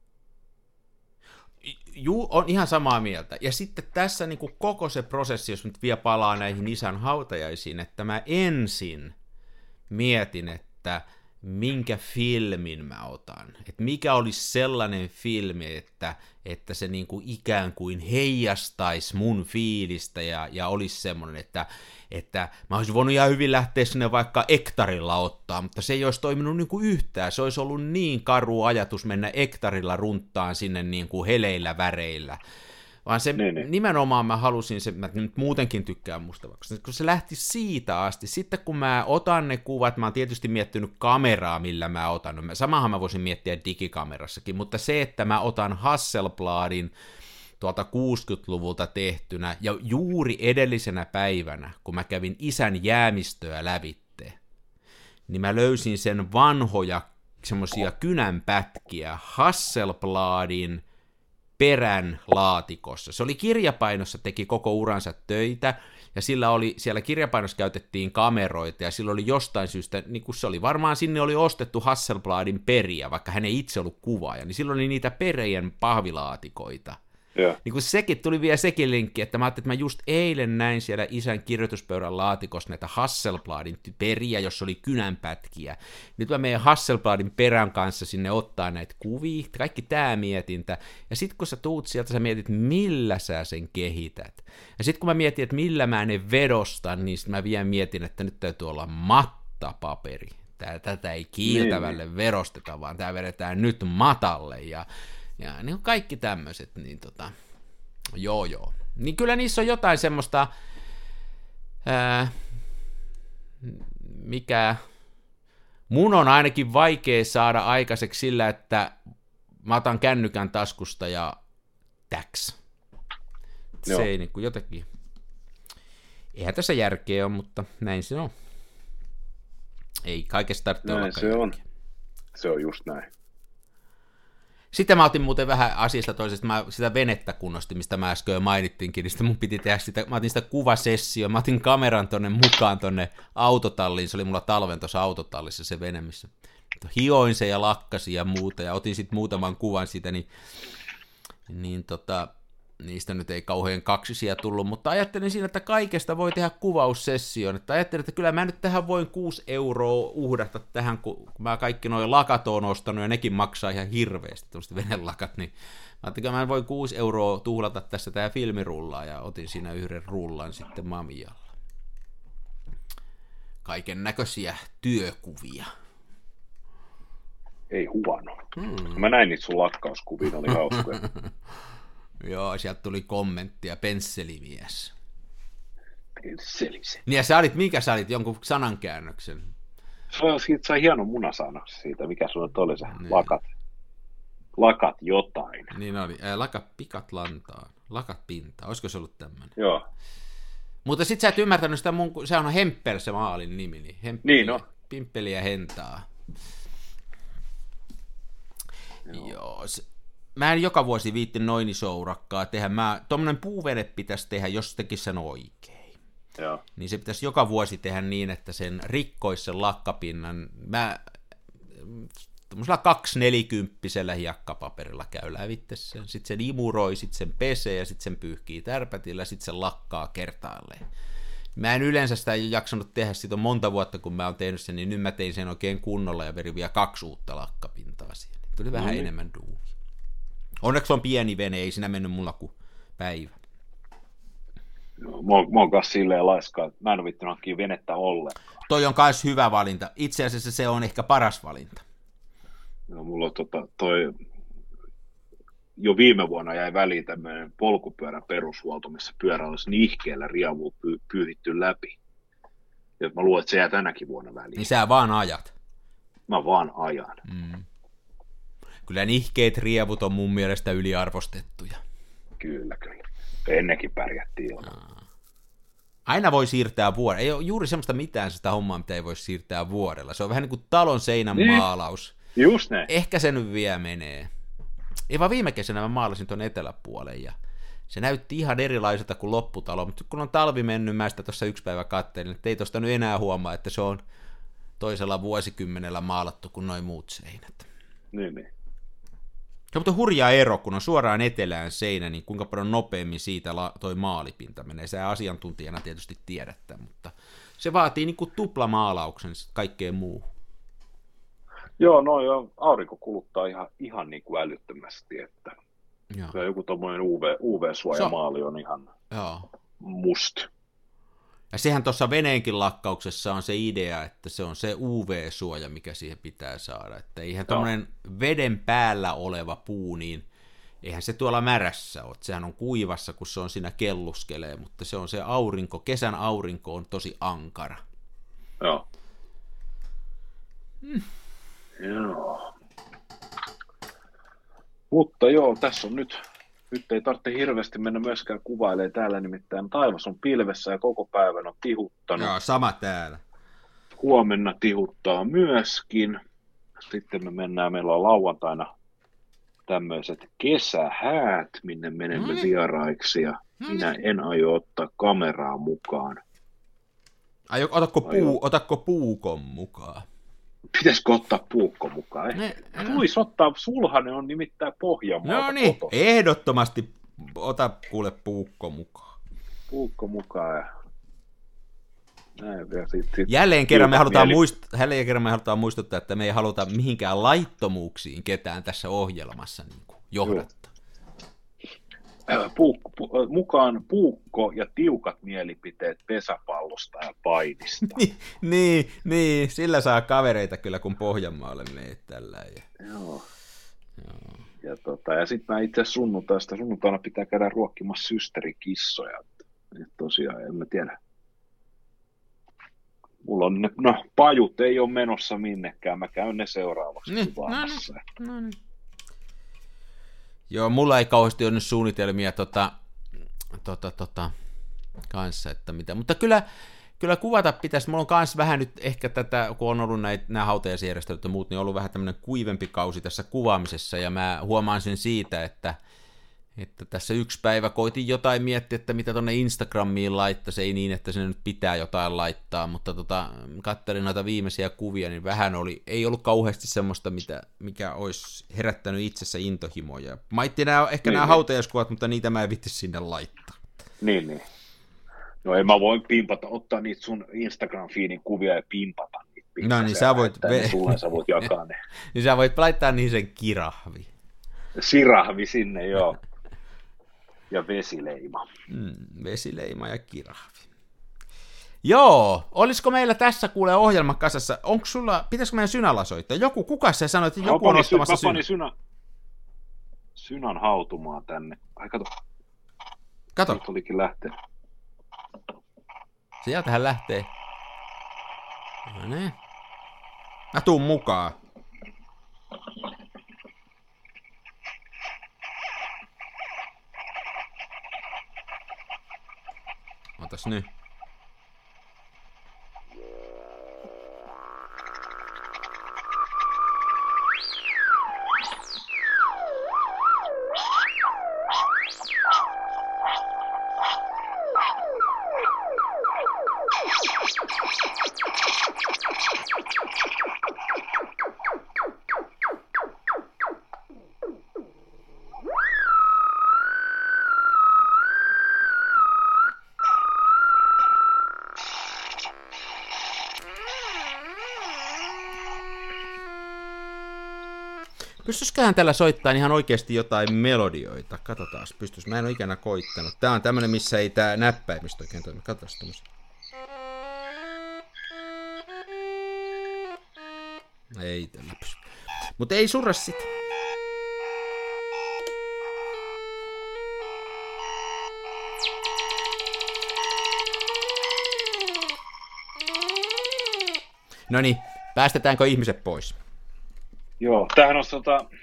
On ihan samaa mieltä. Ja sitten tässä niin kuin koko se prosessi, jos nyt vielä palaa näihin isän hautajaisiin, että mä ensin mietin, että minkä filmin mä otan. Että mikä olisi sellainen filmi, että se niin kuin ikään kuin heijastaisi mun fiilistä ja olisi semmoinen, että mä olisin voinut ihan hyvin lähteä sinne vaikka Ektarilla ottaa, mutta se ei olisi toiminut niin kuin yhtään. Se olisi ollut niin karu ajatus mennä Ektarilla runttaan sinne niin kuin heleillä väreillä. Vaan se nimenomaan mä halusin, mä nyt muutenkin tykkään musta, kun se lähti siitä asti. Sitten kun mä otan ne kuvat, mä oon tietysti miettinyt kameraa, millä mä otan. Samahan mä voisin miettiä digikamerassakin, mutta se, että mä otan Hasselbladin tuolta 60-luvulta tehtynä, ja juuri edellisenä päivänä, kun mä kävin isän jäämistöä lävitte, niin mä löysin sen vanhoja semmosia kynänpätkiä Hasselbladin perän laatikossa. Se oli kirjapainossa, teki koko uransa töitä, ja siellä kirjapainossa käytettiin kameroita, ja sillä oli jostain syystä, niin kuin se oli varmaan sinne oli ostettu Hasselbladin periä, vaikka hän ei itse ollut kuvaaja, niin silloin oli niitä perien pahvilaatikoita. Yeah. Niin kuin tuli vielä sekin linkki, että mä ajattelin, että mä just eilen näin siellä isän kirjoituspöydän laatikossa näitä Hasselbladin periä, jossa oli kynänpätkiä. Nyt mä menen Hasselbladin perän kanssa sinne ottaa näitä kuvia, kaikki tää mietintä, ja sit kun sä tuut sieltä, sä mietit, millä sä sen kehität. Ja sit kun mä mietin, että millä mä ne vedostan, niin sit mä vielä mietin, että nyt täytyy olla mattapaperi. Tätä ei kiiltävälle vedosteta, vaan tää vedetään nyt matalle, ja niin kaikki tämmöiset, niin joo. Niin kyllä niissä on jotain semmoista, mikä mun on ainakin vaikea saada aikaiseksi sillä, että mä otan kännykän taskusta ja täks. Se ei niin kuin jotenkin, eihän tässä järkeä ole, mutta näin se on. Ei kaikesta tarvitse olla se on. Se on just näin. Sitten mä otin muuten vähän asiasta toisesta, mä sitä venettä kunnosti, mistä mä äsken jo mainittiinkin, niin sitten mun piti tehdä sitä, mä otin sitä kuvasessioa, mä otin kameran tonne mukaan tonne autotalliin, se oli mulla talven tuossa autotallissa se vene, missä hioin se ja lakkasin ja muuta, ja otin sitten muutaman kuvan siitä, niin niistä nyt ei kauhean kaksisia tullut, mutta ajattelin siinä, että kaikesta voi tehdä kuvaussession, että ajattelin, että kyllä mä nyt tähän voin 6 euroa uhdata tähän, kun mä kaikki noin lakat oon ostanut, ja nekin maksaa ihan hirveästi, tuollaiset venelakat, niin mä ajattelin, että mä voin 6 euroa tuhlata tässä tää filmirullaa, ja otin siinä yhden rullan sitten Mamialla. Kaiken näköisiä työkuvia. Ei huono. Mä näin niitä sun lakkauskuvia, ne oli hauskoja. Joo, sieltä tuli kommenttia, pensselimies. Pensselisen. Niin ja minkä sä olit, jonkun sanankäännöksen? Siitä sai hieno munasana siitä, mikä sulla oli se lakat. Lakat jotain. Niin oli, lakat pikat lantaan, lakat pintaan, olisiko se ollut tämmöinen? Joo. Mutta sit sä et ymmärtänyt sitä se on Hemper se maalin nimi, niin no. Pimppeli ja hentaa. Joo mä en joka vuosi viitti noin iso urakkaa tehdä. Tuommoinen puuvene pitäisi tehdä, jos tekisi sen oikein. Joo. Niin se pitäisi joka vuosi tehdä niin, että sen rikkoisi sen lakkapinnan. Mä tuollaisella 240-sellä hiekkapaperilla käy lävitse sen. Sitten sen imuroi, sitten sen pesee ja sitten sen pyyhkii tärpätillä, sitten sen lakkaa kertaalleen. Mä en yleensä sitä ei jaksanut tehdä, siitä on monta vuotta kun mä oon tehnyt sen, niin nyt mä tein sen oikein kunnolla ja verin vielä 2 uutta lakkapintaa siihen. Tuli vähän enemmän duunia. Onneksi on pieni vene, ei siinä mennyt mulla kuin päivä. No, mä oon kanssa silleen laiskaa, että mä en ole vittunut hankkia venettä ollenkaan. Toi on myös hyvä valinta. Itse asiassa se on ehkä paras valinta. No, mulla on toi jo viime vuonna jäi väliin tämmöinen polkupyörän perushuolto, missä pyörä olisi nihkeellä riemulla pyyhitty läpi. Ja mä luulen, että se jää tänäkin vuonna väliin. Niin sä vaan ajat. Mä vaan ajan. Kyllä nihkeet rievut on mun mielestä yliarvostettuja. Kyllä. Ennenkin pärjättiin ilman. Aina voi siirtää vuodella. Ei ole juuri semmoista mitään sitä hommaa, mitä ei voi siirtää vuodella. Se on vähän niin kuin talon seinän maalaus. Just näin. Ehkä se nyt vielä menee. Ei vaan viime kesänä mä maalasin tuon eteläpuolen ja se näytti ihan erilaiselta kuin lopputalo. Mutta kun on talvi mennyt, mä sitä tuossa 1 päivä kattelin, että ei tosta nyt enää huomaa, että se on toisella vuosikymmenellä maalattu kuin noin muut seinät. Niin. Se on hurjaa ero, kun on suoraan etelään seinä, niin kuinka paljon nopeammin siitä toi maalipinta menee. Sä asiantuntijana tietysti tiedätte, mutta se vaatii niin kuin tuplamaalauksen kaikkeen muuhun. Joo, aurinko kuluttaa ihan niin kuin älyttömästi, että joku tommoinen UV-suojamaali on ihan must. Ja sehän tuossa veneenkin lakkauksessa on se idea, että se on se UV-suoja, mikä siihen pitää saada. Että eihän tommoinen veden päällä oleva puu, niin eihän se tuolla märässä ole. Sehän on kuivassa, kun se on siinä kelluskelee, mutta se on se aurinko, kesän aurinko on tosi ankara. Joo. Joo. Mutta tässä on nyt ei tarvitse hirveästi mennä myöskään kuvailemaan täällä, nimittäin taivas on pilvessä ja koko päivän on tihuttanut. Joo, sama täällä. Huomenna tihuttaa myöskin. Sitten meillä on lauantaina tämmöiset kesähäät, minne menemme vieraiksi ja minä en aio ottaa kameraa mukaan. Otatko puukon mukaan? Pitäisikö ottaa puukko mukaan? Tulisi ottaa, sulhanen on nimittäin Pohjanmaalta. No niin, ehdottomasti ota kuule puukko mukaan. Puukko mukaan ja näin. Jälleen kerran me halutaan muistuttaa, että me ei haluta mihinkään laittomuuksiin ketään tässä ohjelmassa niin kuin johdattaa. Mukaan puukko ja tiukat mielipiteet pesäpallosta ja painista. niin, sillä saa kavereita kyllä, kun Pohjanmaalle meet tällä. Joo. Ja sitten mä itse sunnuntaina pitää käydä ruokkimassa systerikissoja. Et tosiaan, en mä tiedä. Mulla on pajut ei ole menossa minnekään, mä käyn ne seuraavaksi kuvaamassa. No. Joo, mulla ei kauheasti ole nyt suunnitelmia kanssa, että mitä. Mutta kyllä kuvata pitäisi. Mulla on kans vähän nyt ehkä tätä, kun on ollut nämä hautajaisjärjestelyt ja muut, niin on ollut vähän tämmöinen kuivempi kausi tässä kuvaamisessa, ja mä huomaan sen siitä, että tässä yksi päivä koitin jotain miettiä, että mitä tuonne Instagramiin laittaisi, ei niin, että sinne nyt pitää jotain laittaa, mutta katselin noita viimeisiä kuvia, niin vähän ei ollut kauheasti semmoista, mikä olisi herättänyt itsessä intohimoja. Maitti nämä hautajaiskuvat, mutta niitä mä en vitti sinne laittaa. Niin. No en mä voi ottaa niitä sun Instagram-feedin kuvia ja pimpata niitä. No niin, sä voit... Sä voit jakaa ne. Niin sä voit laittaa niihin sen kirahvi. Sirahvi sinne, joo. Ja vesileima. Vesileima ja kirahvi. Joo, olisiko meillä tässä kuule ohjelma kasassa? Onko sulla, pitäisikö meidän Synällä soittaa? Kuka se sanoi, että joku on ottamassa Synän hautumaan tänne. Ai kato. Nyt olikin lähteä. Sieltähän lähtee. No niin. Mä tuun mukaan. Otas nyt. Pystyisiköhän tällä soittaa ihan oikeasti jotain melodioita? Katsotaan, pystyis. Mä en ole ikänä koittanut. Tää on tämmönen, missä ei tää näppäimistö oikein toimi. Katsotaan tämmösen. Ei tällä pysty. Mut ei surra sit. Noniin, päästetäänkö ihmiset pois? Joo, tämähän on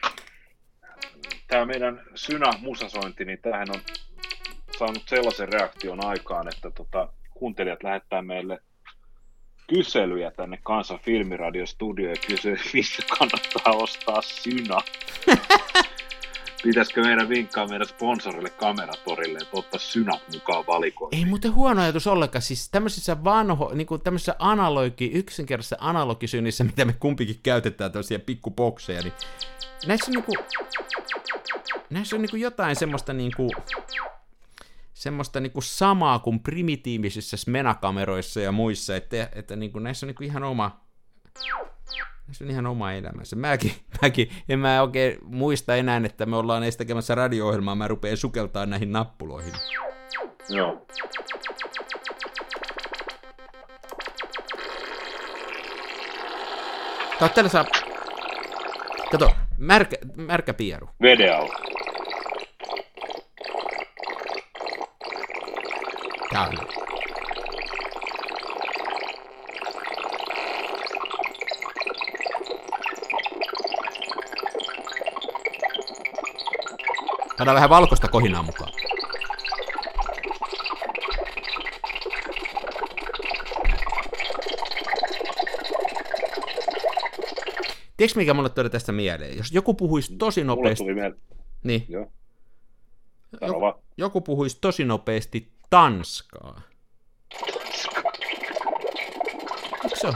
tämä meidän Synä-musasointi, niin tämähän on saanut sellaisen reaktion aikaan, että kuuntelijat lähettää meille kyselyjä tänne Kansan Filmiradio-studioon ja kysyy, missä kannattaa ostaa Synä. Pitäisikö meidän vinkkaa meidän sponsorille Kameratorille, että ottaa Synät mukaan valikoimaan? Ei muuten huono ajatus ollenkaan. Siis tämmöisissä niinku tämmöisissä yksinkertaisissa analogisynissä, mitä me kumpikin käytetään, tämmöisiä pikkubokseja, niin näissä on niinku jotain semmoista niinku samaa kuin primitiivisissä Smena-kameroissa ja muissa, että niinku näissä on niinku ihan oma... Se on ihan oma elämänsä. Mäkin en mä oikein muista enää, että me ollaan edes tekemässä radio-ohjelmaa, mä rupean sukeltaa näihin nappuloihin. Joo. Täällä saa... Kato, märkä pieru. Veden alla. Tää on hyvä. Saadaan vähän valkoista kohinaa mukaan. Tiedätkö mikä mulle tuli tästä mieleen? Jos joku puhuisi tosi nopeasti... Mulle tuli mieleen. Niin. Joo. Joku puhuisi tosi nopeasti tanskaa. Eikö se ole?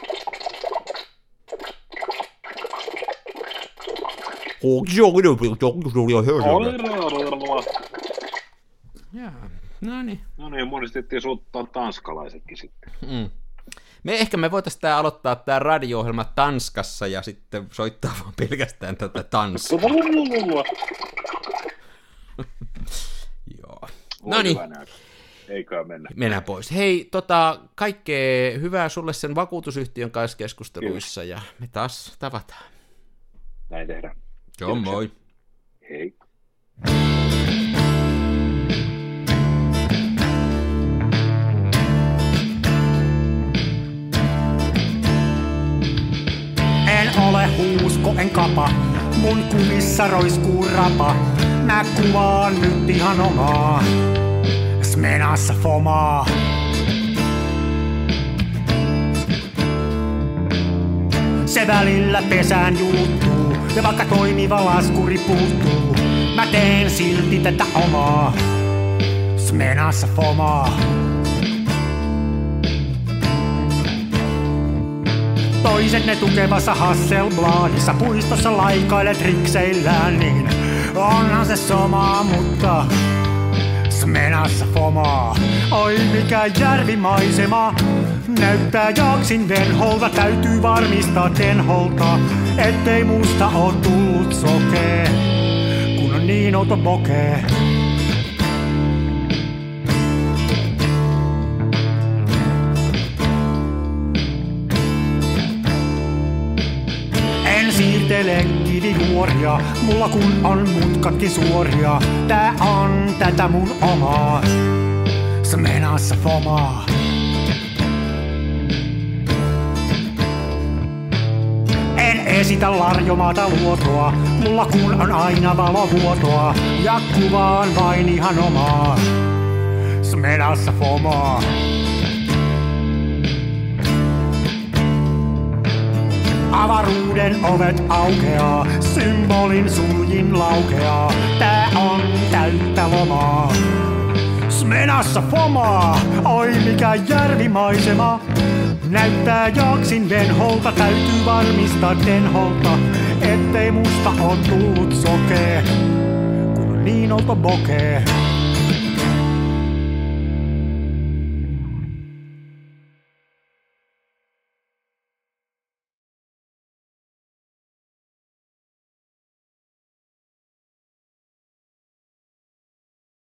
No niin. No niin, monistettiin suuttaa tanskalaisetkin sitten. Me voitaisiin aloittaa tämä radio-ohjelma Tanskassa ja sitten soittaa vaan pelkästään tätä tanssia. Joo. No niin. Eiköhän mennä. Mennään pois. Hei, kaikkea hyvää sulle sen vakuutusyhtiön kanssa keskusteluissa ja me taas tavataan. Näin tehdään. Joo, moi. hei. En ole huusko, en kapa, mun kumissa roiskuu rapa. Mä kuvaan nyt ihan omaa, Smenassa fomaa. Se välillä pesään juuttuu, ja vaikka toimiva laskuri puuttuu, mä teen silti tätä omaa, Smenassa fomaa. Toiset ne tukevassa Hasselbladissa puistossa laikailet rikseillään, niin onhan se somaa, mutta Smenassa fomaa. Oi mikä järvimaisema, näyttää jaksin venholta, täytyy varmistaa tenholta, ettei musta oo tullut sokee, kun on niin outo bokee. Siirtele kivijuoria, mulla kun on mutkatkin suoria. Tää on tätä mun omaa, Smenassa fomaa. En esitä larjomaata luotoa, mulla kun on aina valovuotoa. Ja kuvaan vain ihan omaa, Smenassa fomaa. Avaruuden ovet aukeaa, symbolin suljin laukeaa. Tää on täyttä lomaa, Smenassa fomaa. Oi mikä järvimaisema, näyttää jaksin venholta, täytyy varmistaa tenholta, ettei musta oo tullut sokee, kun on niin outo bokee.